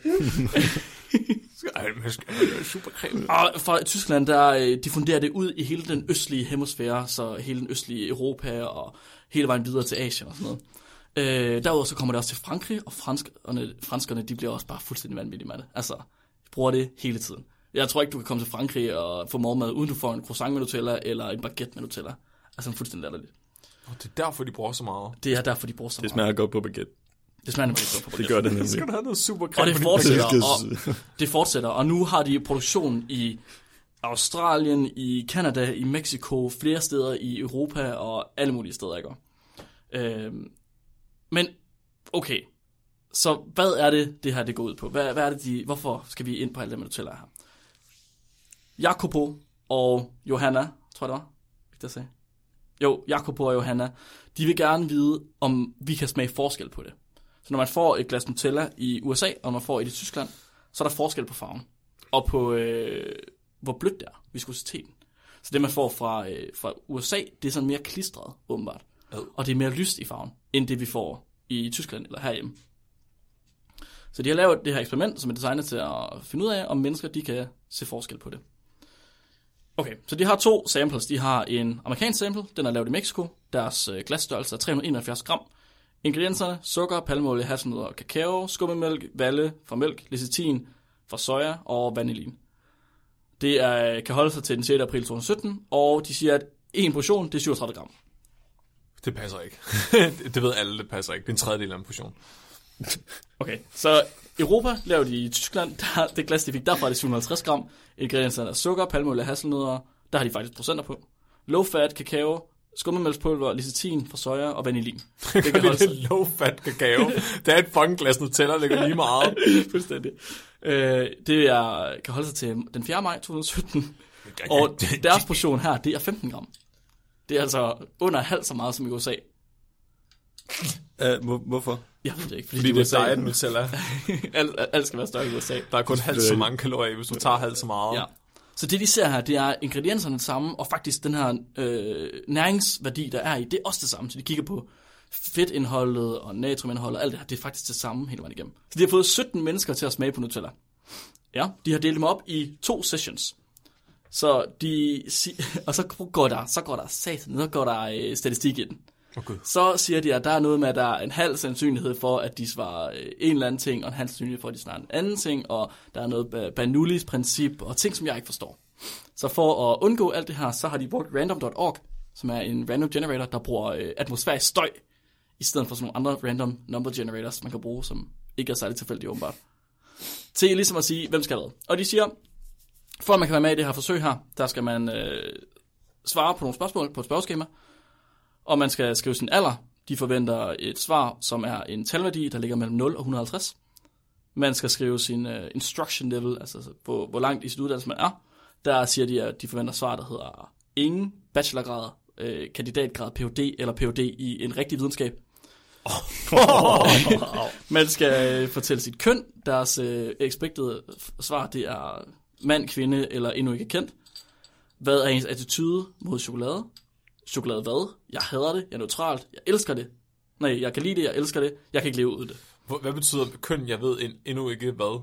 Supercreme. Og fra Tyskland, der de funderer det ud i hele den østlige hemisfære, så hele den østlige Europa og hele vejen videre til Asien og sådan noget. Øh, derudover så kommer det også til Frankrig, og franskerne, franskerne de bliver også bare fuldstændig vanvittige med det. Altså, de bruger det hele tiden. Jeg tror ikke, du kan komme til Frankrig og få morgenmad, uden du får en croissant med Nutella eller en baguette med Nutella. Altså, fuldstændig latterligt. Og det er derfor, de bruger så meget. Det er derfor, de bruger så Det meget. smager godt på baguette. Det smager nemlig godt på baguette. Det gør det nemlig. Skal du have noget supercreme? Og det fortsætter, og det fortsætter, og nu har de produktion i Australien, i Canada, i Mexico, flere steder i Europa og alle mulige steder, ikke? Øhm, men, okay, så hvad er det, det her det går ud på? Hvad, hvad er det, de, hvorfor skal vi ind på alt det med Nutella her? Jacopo og Johanna, tror jeg det var, ikke det sagde? Jo, Jacopo og Johanna, de vil gerne vide, om vi kan smage forskel på det. Så når man får et glas Nutella i U S A, og man får et i Tyskland, så er der forskel på farven. Og på, øh, hvor blødt det er, viskositeten. Så det, man får fra, øh, fra U S A, det er sådan mere klistret, åbenbart. Øh. Og det er mere lyst i farven, end det, vi får i Tyskland eller herhjemme. Så de har lavet det her eksperiment, som er designet til at finde ud af, om mennesker de kan se forskel på det. Okay, så de har to samples. De har en amerikansk sample, den er lavet i Mexico. Deres øh, glasstørrelse er tre hundrede og enoghalvfjerds gram. Ingredienserne: sukker, palmeolie, hasselnødder, kakao, skummemælk, valle fra mælk, lecitin fra soja og vanilin. Det er, kan holde sig til den sjette april to tusind og sytten, og de siger, at en portion, det er syvogtredive gram. Det passer ikke. Det ved alle, det passer ikke. Det er en tredjedel af en portion. Okay, så Europa laver de i Tyskland, der, det glas, de fik derfra, det er syv hundrede og halvtreds gram. Ingredienserne er sukker, palmeolie, hasselnødder, der har de faktisk procenter på. Low fat, kakao, skummemælkspulver, lecitin fra soja og vanilin. Det kan holde det low fat kakao. Det er et fucking glas Nutella, det går lige meget. Fuldstændig. Øh, det er, kan holde sig til den fjerde maj to tusind og sytten. Og deres portion her, det er femten gram. Det er altså under halvt så meget som i U S A. Uh, hvor, hvorfor? Jeg ved det ikke. Fordi, fordi det er diet Nutella. alt, alt skal være større i U S A. Der er kun halvt så mange kalorier, hvis du tager halvt så meget. Ja. Så det, de ser her, det er ingredienserne det samme, og faktisk den her øh, næringsværdi, der er i, det er også det samme. Så de kigger på fedtindholdet og natriumindholdet og alt det her, det er faktisk det samme hele vejen igennem. Så de har fået sytten mennesker til at smage på Nutella. Ja, de har delt dem op i to sessions. Så de, og så går der, så går der satan, så går der øh, statistik i den. Okay. Så siger de, at der er noget med, at der er en halv sandsynlighed for, at de svarer øh, en eller anden ting, og en halv sandsynlighed for, at de svarer en anden ting, og der er noget Bernoullis princip, og ting, som jeg ikke forstår. Så for at undgå alt det her, så har de brugt random punktum org, som er en random generator, der bruger øh, atmosfærisk støj, i stedet for sådan nogle andre random number generators, man kan bruge, som ikke er særlig tilfældige åbenbart. Til ligesom at sige, hvem skal hvad. Og de siger, for at man kan være med i det her forsøg her, der skal man øh, svare på nogle spørgsmål på et spørgeskema, og man skal skrive sin alder. De forventer et svar, som er en talværdi, der ligger mellem nul og et hundrede og halvtreds. Man skal skrive sin uh, instruction level, altså på, hvor langt i sit uddannelse man er. Der siger de, at de forventer svar, der hedder ingen bachelorgrad, øh, kandidatgrad, P H D eller P H D i en rigtig videnskab. Oh. Man skal øh, fortælle sit køn. Deres øh, expected svar, det er mand, kvinde eller endnu ikke kendt. Hvad er ens attitude mod chokolade? Chokolade hvad? Jeg hader det. Jeg er neutralt. Jeg elsker det. Nej, jeg kan lide det. Jeg elsker det. Jeg kan ikke leve ud af det. Hvad betyder køn? Jeg ved endnu ikke hvad.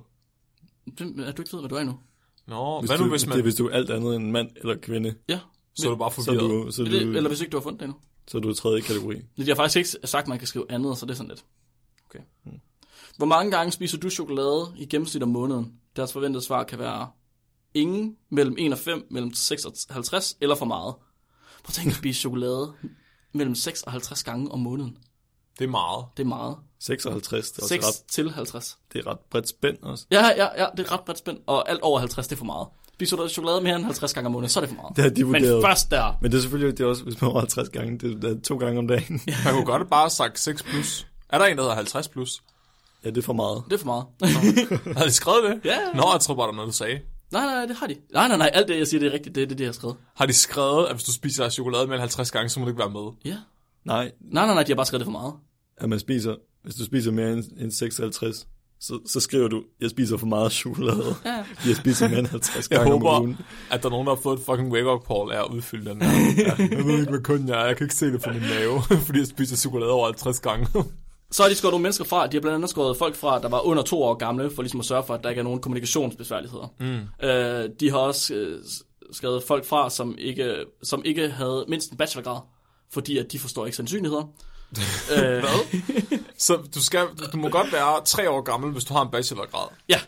Er du ikke ved, hvad du er endnu? Nå, hvis hvad du, nu hvis man... Det er, hvis du er alt andet end mand eller kvinde. Ja. Så er du bare Så forvirret. du, så Det, du, eller hvis ikke du har fundet det endnu. så er du i tredje kategori. De har faktisk ikke sagt, at man kan skrive andet, så det er sådan lidt. Okay. Hmm. Hvor mange gange spiser du chokolade i gennemsnit om måneden? Deres forventede svar kan være ingen, mellem en og fem, mellem seks og halvtreds, eller for meget. Prøv at tænke at spise chokolade mellem seks og halvtreds gange om måneden. Det er meget. Det er meget. seksoghalvtreds, det er, seks også ret, til halvtreds. det er ret bredt spænd også. Ja, ja, ja, det er ret bredt spænd, og alt over halvtreds, det er for meget. Spiser du chokolade mere end halvtreds gange om måneden, så er det for meget. Det har de vurderet. Men først der. Men det er selvfølgelig det er også, hvis man er halvtreds gange, det er to gange om dagen. Man kunne godt bare have sagt seks plus. Er der en, der hedder halvtreds plus? Ja, det er for meget. Det er for meget. Har de skrevet det? Ja. Nå, jeg tror bare, der er noget, du sagde. Nej, nej, det har de. Nej, nej, nej, alt det, jeg siger, det er rigtigt. Det er det, de har skrevet. Har de skrevet, at hvis du spiser chokolade mere end halvtreds gange, så må du ikke være med? Ja. Nej, Nej, nej, nej, de har bare skrevet det for meget. at man spiser, hvis du spiser mere end, end seksoghalvtreds, så, så skriver du, jeg spiser for meget chokolade. Ja. Jeg spiser mere end halvtreds Jeg gange om håber, ugen. at der er nogen, der har fået et fucking wake-up call af at udfylde den her. Jeg ved ikke, hvad kun jeg er. Jeg kan ikke se det på min mave, fordi jeg spiser chokolade over halvtreds gange. Så har de skåret nogle mennesker fra. De har blandt andet skåret folk fra, der var under to år gamle, for ligesom at sørge for, at der ikke er nogen kommunikationsbesværligheder. Mm. Øh, de har også øh, skrevet folk fra, som ikke, som ikke havde mindst en bachelorgrad, fordi at de forstår ikke sandsynligheder. øh, Hvad? Så du, skal, du må godt være tre år gammel, hvis du har en bachelorgrad. Ja,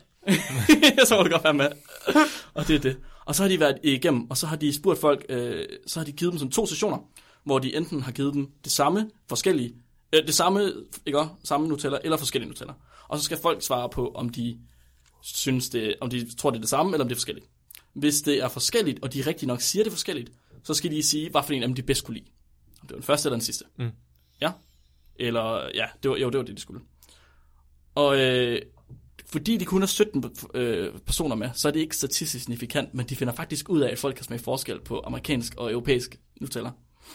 så må du godt være med. Og det er det. Og så har de været igennem, og så har de spurgt folk, øh, så har de givet dem sådan to sessioner, hvor de enten har givet dem det samme, forskellige, øh, det samme, ikke også, samme Nutella, eller forskellige Nutella. Og så skal folk svare på, om de synes det, om de tror det er det samme, eller om det er forskelligt. Hvis det er forskelligt, og de rigtig nok siger det forskelligt, så skal de sige, hvad for en af dem de bedst kunne lide. Om det var den første eller den sidste. Mm. Ja. Eller, ja, det var, jo, det var det, de skulle. Og øh, fordi de kun har sytten øh, personer med, så er det ikke statistisk signifikant, men de finder faktisk ud af, at folk kan smage forskel på amerikansk og europæisk Nutella.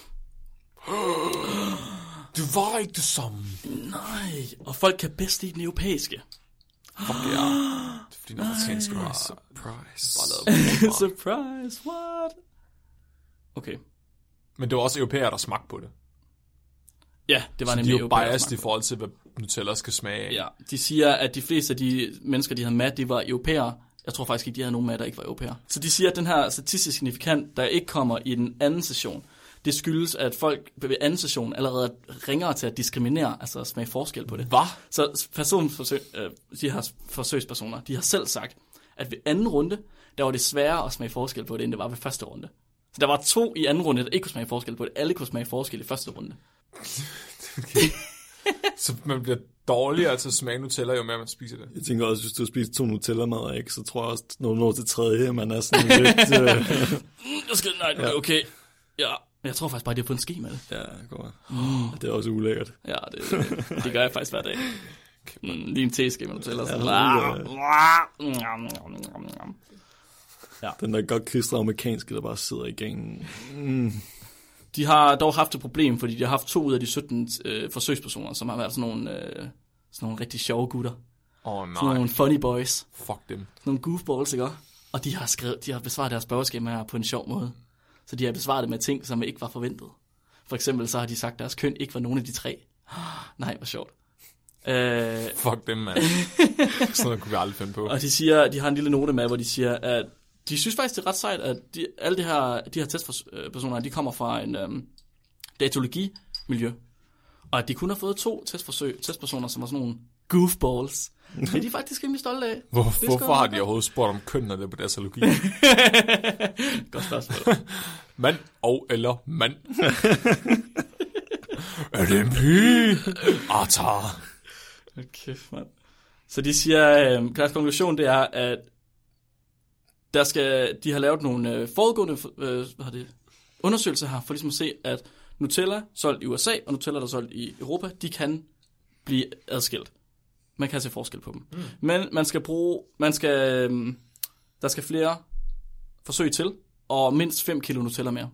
Det var ikke det samme. Nej, og folk kan bedst lide den europæiske. Fuck ja. Det er fordi den amerikanske var... Surprise. Bare lavet Surprise, what? Okay. Men det var også europæere, der smagte på det. Ja, det var Så de nemlig er jo europæere, biased der i forhold til, hvad Nutella skal smage af. Ja, de siger, at de fleste af de mennesker, de havde med, de var europæere. Jeg tror faktisk ikke, de havde nogen med, der ikke var europæere. Så de siger, at den her statistisk signifikant, der ikke kommer i den anden session, det skyldes, at folk ved anden session allerede ringer til at diskriminere, altså at smage forskel på det. Hvad? Så personforsøg, øh, de her forsøgspersoner, de har selv sagt, at ved anden runde, der var det sværere at smage forskel på det, end det var ved første runde. Så der var to i anden runde, der ikke kunne smage forskel på det. Alle kunne smage forskel i første runde. Okay. Så man bliver dårligere til at smage Nutella, jo mere man spiser det. Jeg tænker også, hvis du spiser to Nutella-madder, ikke, så tror jeg også, når du når til tredje, man er sådan lidt... Øh... Jeg skal, nej, ja. Okay. Ja, jeg tror faktisk bare, de har fået en ske med det. Ja, godt. Mm. Det er også ulækkert. Ja, det, det, det gør jeg faktisk hver dag. Mm, lige en teske med Nutella. Så. Ja. Den der godt klistrede amerikanske, der bare sidder i gangen. Mm. De har dog haft et problem, fordi de har haft to ud af de sytten øh, forsøgspersoner, som har været sådan nogle, øh, sådan nogle rigtig sjove gutter. Åh oh, nej. Sådan nogle funny boys. Fuck dem. Sådan nogle goofballs, ikke? Og de har, skrevet, de har besvaret deres spørgeskemaer på en sjov måde. Så de har besvaret det med ting, som ikke var forventet. For eksempel så har de sagt, at deres køn ikke var nogen af de tre. Nej, hvor sjovt. Øh, Fuck dem, mand. Sådan noget kunne vi aldrig finde på. og de siger, de har en lille note med, hvor de siger, at de synes faktisk, det er ret sejt, at de, alle de her, de her testpersoner, de kommer fra en øhm, datologimiljø. Og at de kun har fået to testforsøg, testpersoner, som var sådan nogle goofballs. Det er de faktisk rimelig stolte af. Hvor, Det er hvorfor sgu har meget de overhovedet spurgt om køn, når det er på datalogi? Godt spørgsmål. Mand og eller mand. Er det en pige? Artar. Okay, mand. Så de siger, øh, deres konklusion det er, at der skal, de har lavet nogle øh, forudgående øh, hvad det, undersøgelser her, for ligesom at se, at Nutella solgt i U S A og Nutella, der er solgt i Europa, de kan blive adskilt. Man kan se forskel på dem. Mm. Men man skal bruge, man skal, øh, der skal flere forsøg til, og mindst fem kilo Nutella mere.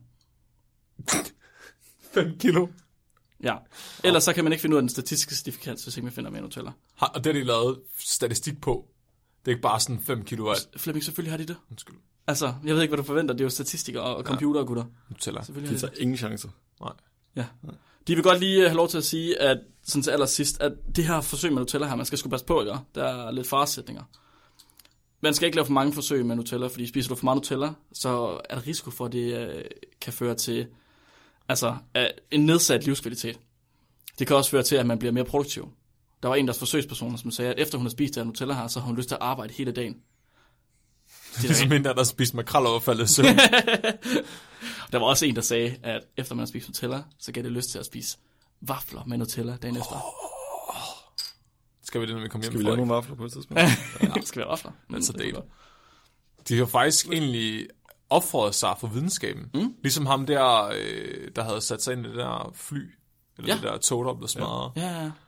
fem kilo? Ja. Ellers så kan man ikke finde ud af den statistiske signifikans, hvis ikke man finder mere Nutella. Har, og det har de lavet statistik på. Det er ikke bare sådan fem kilo af... Flemming, selvfølgelig har de det. Undskyld. Altså, jeg ved ikke, hvad du forventer. Det er jo statistikere og computere, gutter. Nutella. Selvfølgelig De har de det. tager ingen chancer. Nej. Ja. De vil godt lige have lov til at sige, at sådan til allersidst, at det her forsøg med Nutella her, man skal sgu passe på, ikke? Der er lidt faresætninger. Man skal ikke lave for mange forsøg med Nutella, fordi spiser du for meget Nutella, så er der risiko for, at det øh, kan føre til altså, øh, en nedsat livskvalitet. Det kan også føre til, at man bliver mere produktiv. Der var en af deres forsøgspersoner, som sagde, at efter hun har spist det her Nutella her, så har hun lyst til at arbejde hele dagen. Det er som en, der har spist makrelloverfaldet søvn. Der var også en, der sagde, at efter man har spist Nutella, så gav det lyst til at spise vafler med Nutella dagen efter. Oh. Skal vi det, når vi kommer hjem? Skal vi lave nogle vafler på et tidspunkt? Ja, det skal være vafler. Men så det det. er De har faktisk egentlig opfordret sig for videnskaben. Mm. Ligesom ham der, øh, der havde sat sig ind i det der fly. Eller Ja. det der tog, der blev smadret. Ja, ja.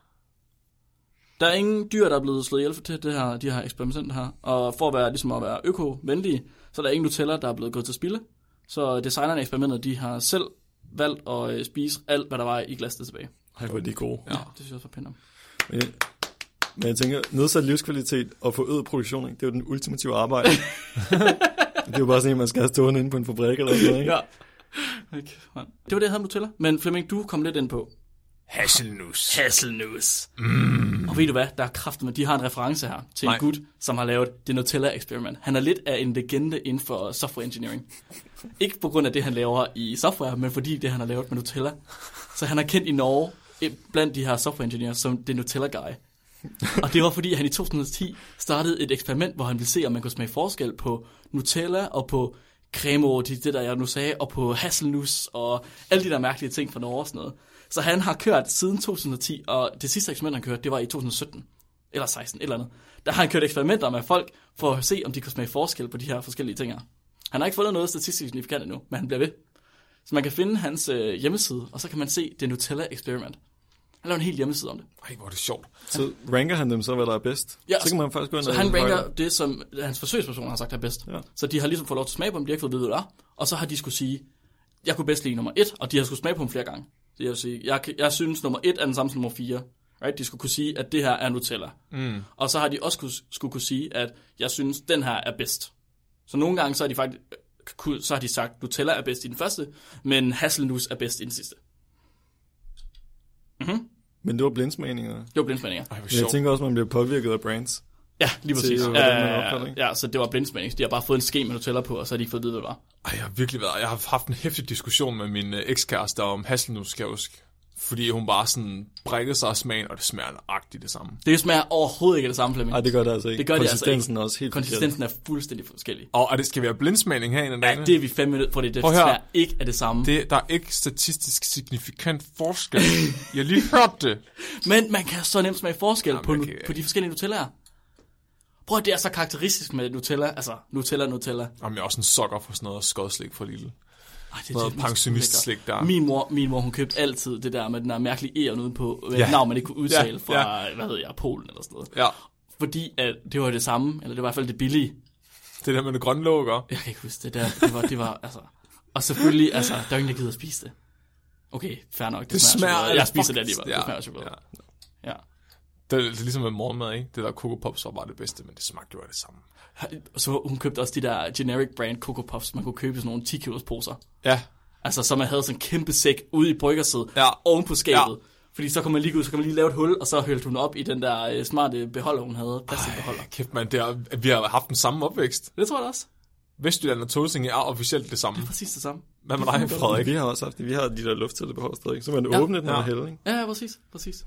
Der er ingen dyr, der er blevet slået ihjel til det her, de her eksperimenter her. Og for at være, ligesom at være øko-venlige, så er der ingen Nutella, der er blevet gået til spilde. Så designerne af eksperimentet, de har selv valgt at spise alt, hvad der var i glasset tilbage. Ej, hvor er de gode. Ja, det synes jeg også var pænt om. Men jeg, men jeg tænker, nedsat livskvalitet og forøget produktion, ikke? Det er jo den ultimative arbejde. Det er jo bare sådan en, man skal have stående inde på en fabrik eller sådan noget, ikke? Ja. Okay, man. Det var det, jeg havde med Nutella. Men Flemming, du kom lidt ind på Hasselnus. Hasselnus. Mm. Og ved du hvad, der er kraften med, de har en reference her til Nej. en gut, som har lavet det Nutella-eksperiment. Han er lidt af en legende inden for software engineering. Ikke på grund af det, han laver i software, men fordi det, han har lavet med Nutella. Så han er kendt i Norge blandt de her software engineers som det Nutella-guy. Og det var fordi, han i to tusind og ti startede et eksperiment, hvor han ville se, om man kunne smage forskel på Nutella og på creme, det, det der jeg nu sagde, og på hasselnus og alle de der mærkelige ting fra Norge og sådan noget. Så han har kørt siden to tusind og ti, og det sidste eksperiment, han kørte, det var i to tusind og sytten, eller seksten, eller andet. Der har han kørt eksperimenter med folk, for at se, om de kunne smage forskel på de her forskellige ting her. Han har ikke fundet noget statistisk signifikant endnu, men han bliver ved. Så man kan finde hans øh, hjemmeside, og så kan man se det Nutella Experiment. Han laver en hel hjemmeside om det. Ej, hvor er det sjovt. Så ranker han dem så, hvad der er bedst? Ja, så kan man faktisk gå ind så og... han ranker det, som hans forsøgspersoner har sagt er bedst. Ja. Så de har ligesom fået lov til at smage på dem, de har ikke fået at vide, hvad det er. Og så har de skulle sige, jeg kunne bedst lide nummer et, og de har skulle smage på dem flere gange. Så jeg vil sige, jeg, jeg synes nummer et er den samme som nummer fire. Right? De skulle kunne sige, at det her er Nutella. Mm. Og så har de også skulle, skulle kunne sige, at jeg synes, den her er bedst. Så nogle gange så har de faktisk så har de sagt, Nutella er bedst i den første, men hasselnus er bedst i den sidste. Mhm. Men det var blindsmagninger. Det var blindsmagninger. Ej, hvor Men sjovt. jeg tænker også, at man bliver påvirket af brands. Ja, lige præcis. Til, Ja, hvordan man ja, ja, opfatter, ikke? ja, så det var blindsmagning. De har bare fået en ske med Nutella på, og så har de ikke fået at vide, hvad det var. Ej, jeg har virkelig været... Jeg har haft en hæftig diskussion med min øh, ekskæreste om hasselnus, kan jeg huske. Fordi hun bare sådan brækkede sig af smagen, og det smager nøjagtigt det samme. Det smager overhovedet ikke det samme, Flemming. Nej, det gør det altså ikke. Det gør det altså Konsistensen ikke. er også helt Konsistensen er fuldstændig forskellig. Og er det, skal vi have blindsmagning her en af Ja, dagene? det er vi fem minutter, fordi det Prøv at høre. smager ikke af det samme. Det, der er ikke statistisk signifikant forskel. Jeg har lige hørt det. Men man kan så nemt smage forskel Jamen, på, jeg nu, kan- på de forskellige Nutellaer. Prøv at det er så karakteristisk med Nutella. Altså, Nutella, Nutella. Jamen, jeg er også en sokker for sådan noget skodslik for lille. Ej, det, Noget det- pensionistslik der. Min mor, min mor, hun købte altid det der med den der mærkelige æren ude på, Ja. ja. navn man ikke kunne udtale Ja, fra, hvad ved jeg, Polen eller sådan noget. Ja, Fordi at det var det samme, eller det var i hvert fald det billige. det der med det grønne låg, ikke? Jeg kan ikke huske det der. Det var, det var altså... Og selvfølgelig, altså, der er ingen, der gider at spise det. Okay, fair nok. Det, Det smager, smager... chokolade. Jeg spiser det fuck- alligevel. Det smager chokolade. Ja. Ja. Det, er, det er ligesom med morgenmad, ikke? Det der Coco Pops var bare det bedste, men det smagte jo af det samme. Så hun købte også de der generic brand Coco Puffs, man kunne købe i sådan nogle ti kilos poser. Ja. Altså, så man havde sådan en kæmpe sæk ude i bryggersædet, Ja. oven på skabet, Ja. Fordi så kan man lige ud, så kan man lige lave et hul, og så hølte hun op i den der øh, smarte beholder, hun havde. Plastikbeholder. Kæft, man, det er, vi har haft den samme opvækst. Det tror jeg også. Vestjylland og Tåsinge er officielt det samme. Det er præcis det samme. Hvad med dig, Frederik? Vi har også haft det. Vi har de der lufttætte behold stadig. Så man Ja. åbne den Ja. og hælde, ikke? Ja, ja, præcis. præcis.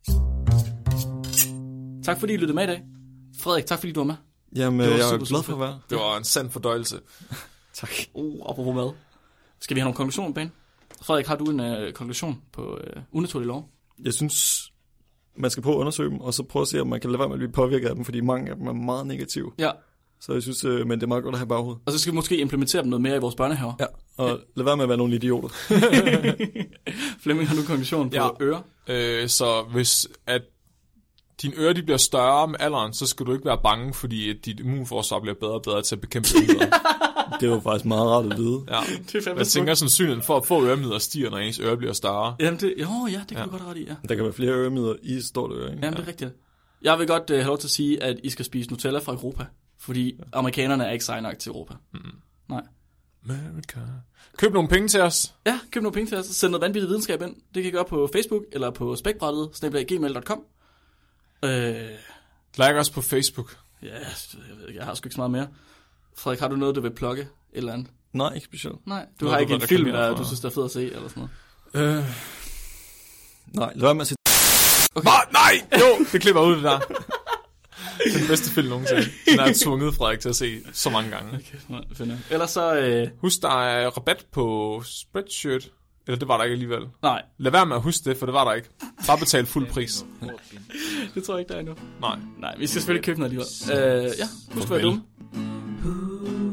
Tak fordi I lyttede med i dag. Frederik, tak fordi du var med. Jamen, Det var jeg er super, glad super for at være. Det var en sand fordøjelse. Tak. Uh, apropos mad. Skal vi have nogle konklusioner på banen? Frederik, har du en uh, konklusion på uh, unaturlig lov? Jeg synes, man skal prøve at undersøge dem, og så prøve at se, om man kan lade være med at blive påvirket af dem, fordi mange af dem er meget negative. Ja. Så jeg synes, øh, men det er meget godt at have baghoved. Og så skal vi måske implementere dem noget mere i vores børnehaver. Ja, og ja. lad være med at være nogle idioter. Flemming, har du en konklusion på Ja. ører? Øh, så hvis at dine ører de bliver større med alderen, så skal du ikke være bange, fordi at dit immunforsvar bliver bedre og bedre til at bekæmpe ører. Det er jo faktisk meget rart at vide. Ja. Det er fandme Jeg tænker, at sandsynligheden for at få øremider stiger, når ens ører bliver større. Jamen det, jo, ja, det kan Ja. du godt have ret i, ja. Der kan være flere øremider i et stort øre, ikke? Jamen, det er rigtigt. Jeg vil godt uh, have lov til at sige, at I skal spise Nutella fra Europa, fordi amerikanerne er ikke sej nok til Europa. Mm. Nej. America. Køb nogle penge til os. Ja, køb nogle penge til os. Send noget vanvittig videnskab ind. Det kan I gøre på Facebook eller på spækbrættet, snabel-a gmail punktum com. Øh, Like os på Facebook. ja, jeg ved ikke, jeg har sgu ikke så meget mere. Frederik, har du noget, du vil plukke? Et eller andet? Nej, ikke specielt. Nej, du Noget, har du ikke vil en film, reklamere der for? du synes, der er fed at se, eller sådan noget? Øh. Nej, lad være med at sige... Okay. Nej! Jo, det klipper ud det der. Det er den bedste film nogensinde. Den har jeg tvunget Frederik til at se så mange gange. Okay, nej, finder. Ellers så... Øh, Husk, der er rabat på Spreadshirt. Eller det var der ikke alligevel. nej, Lad være med at huske det, for det var der ikke. Bare betal fuld pris. det tror jeg ikke, der er endnu. Nej. Nej, vi skal selvfølgelig købe noget alligevel. Øh, ja, husk at være Farvel. dumme.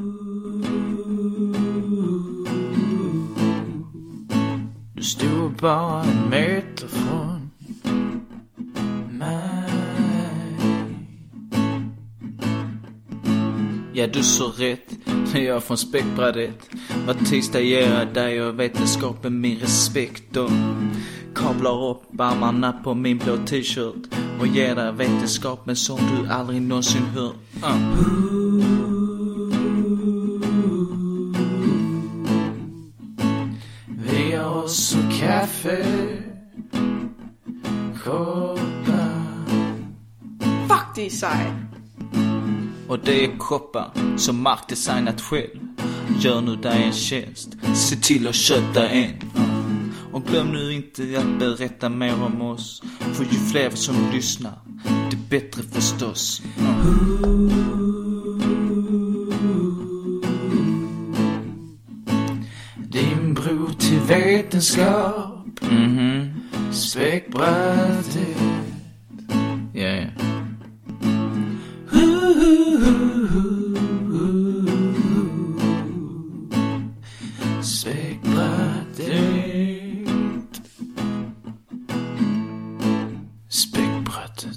Du stod bara en meter från mig. Ja, du så rätt. Jag är från Späckbrädet. Var tisdag ger jag dig och vetenskapen min respekt och kablar upp armarna på min blå t-shirt och ger dig vetenskapen som du aldrig någonsin hört. Uh. Vi har också kaffe, koppar. Fuck, det er sej. Och det är koppar som Mark designat själv. Gör nu dig en tjänst, se till att köta en. Och glöm nu inte att berätta mer om oss. För ju fler som lyssnar, det bättre förstås. Din bro till vetenskap. Mhm. Späckbrädet. Ja, yeah. Späckbrädet. Späckbrädet.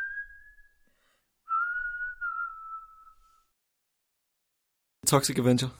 Toxic Avenger.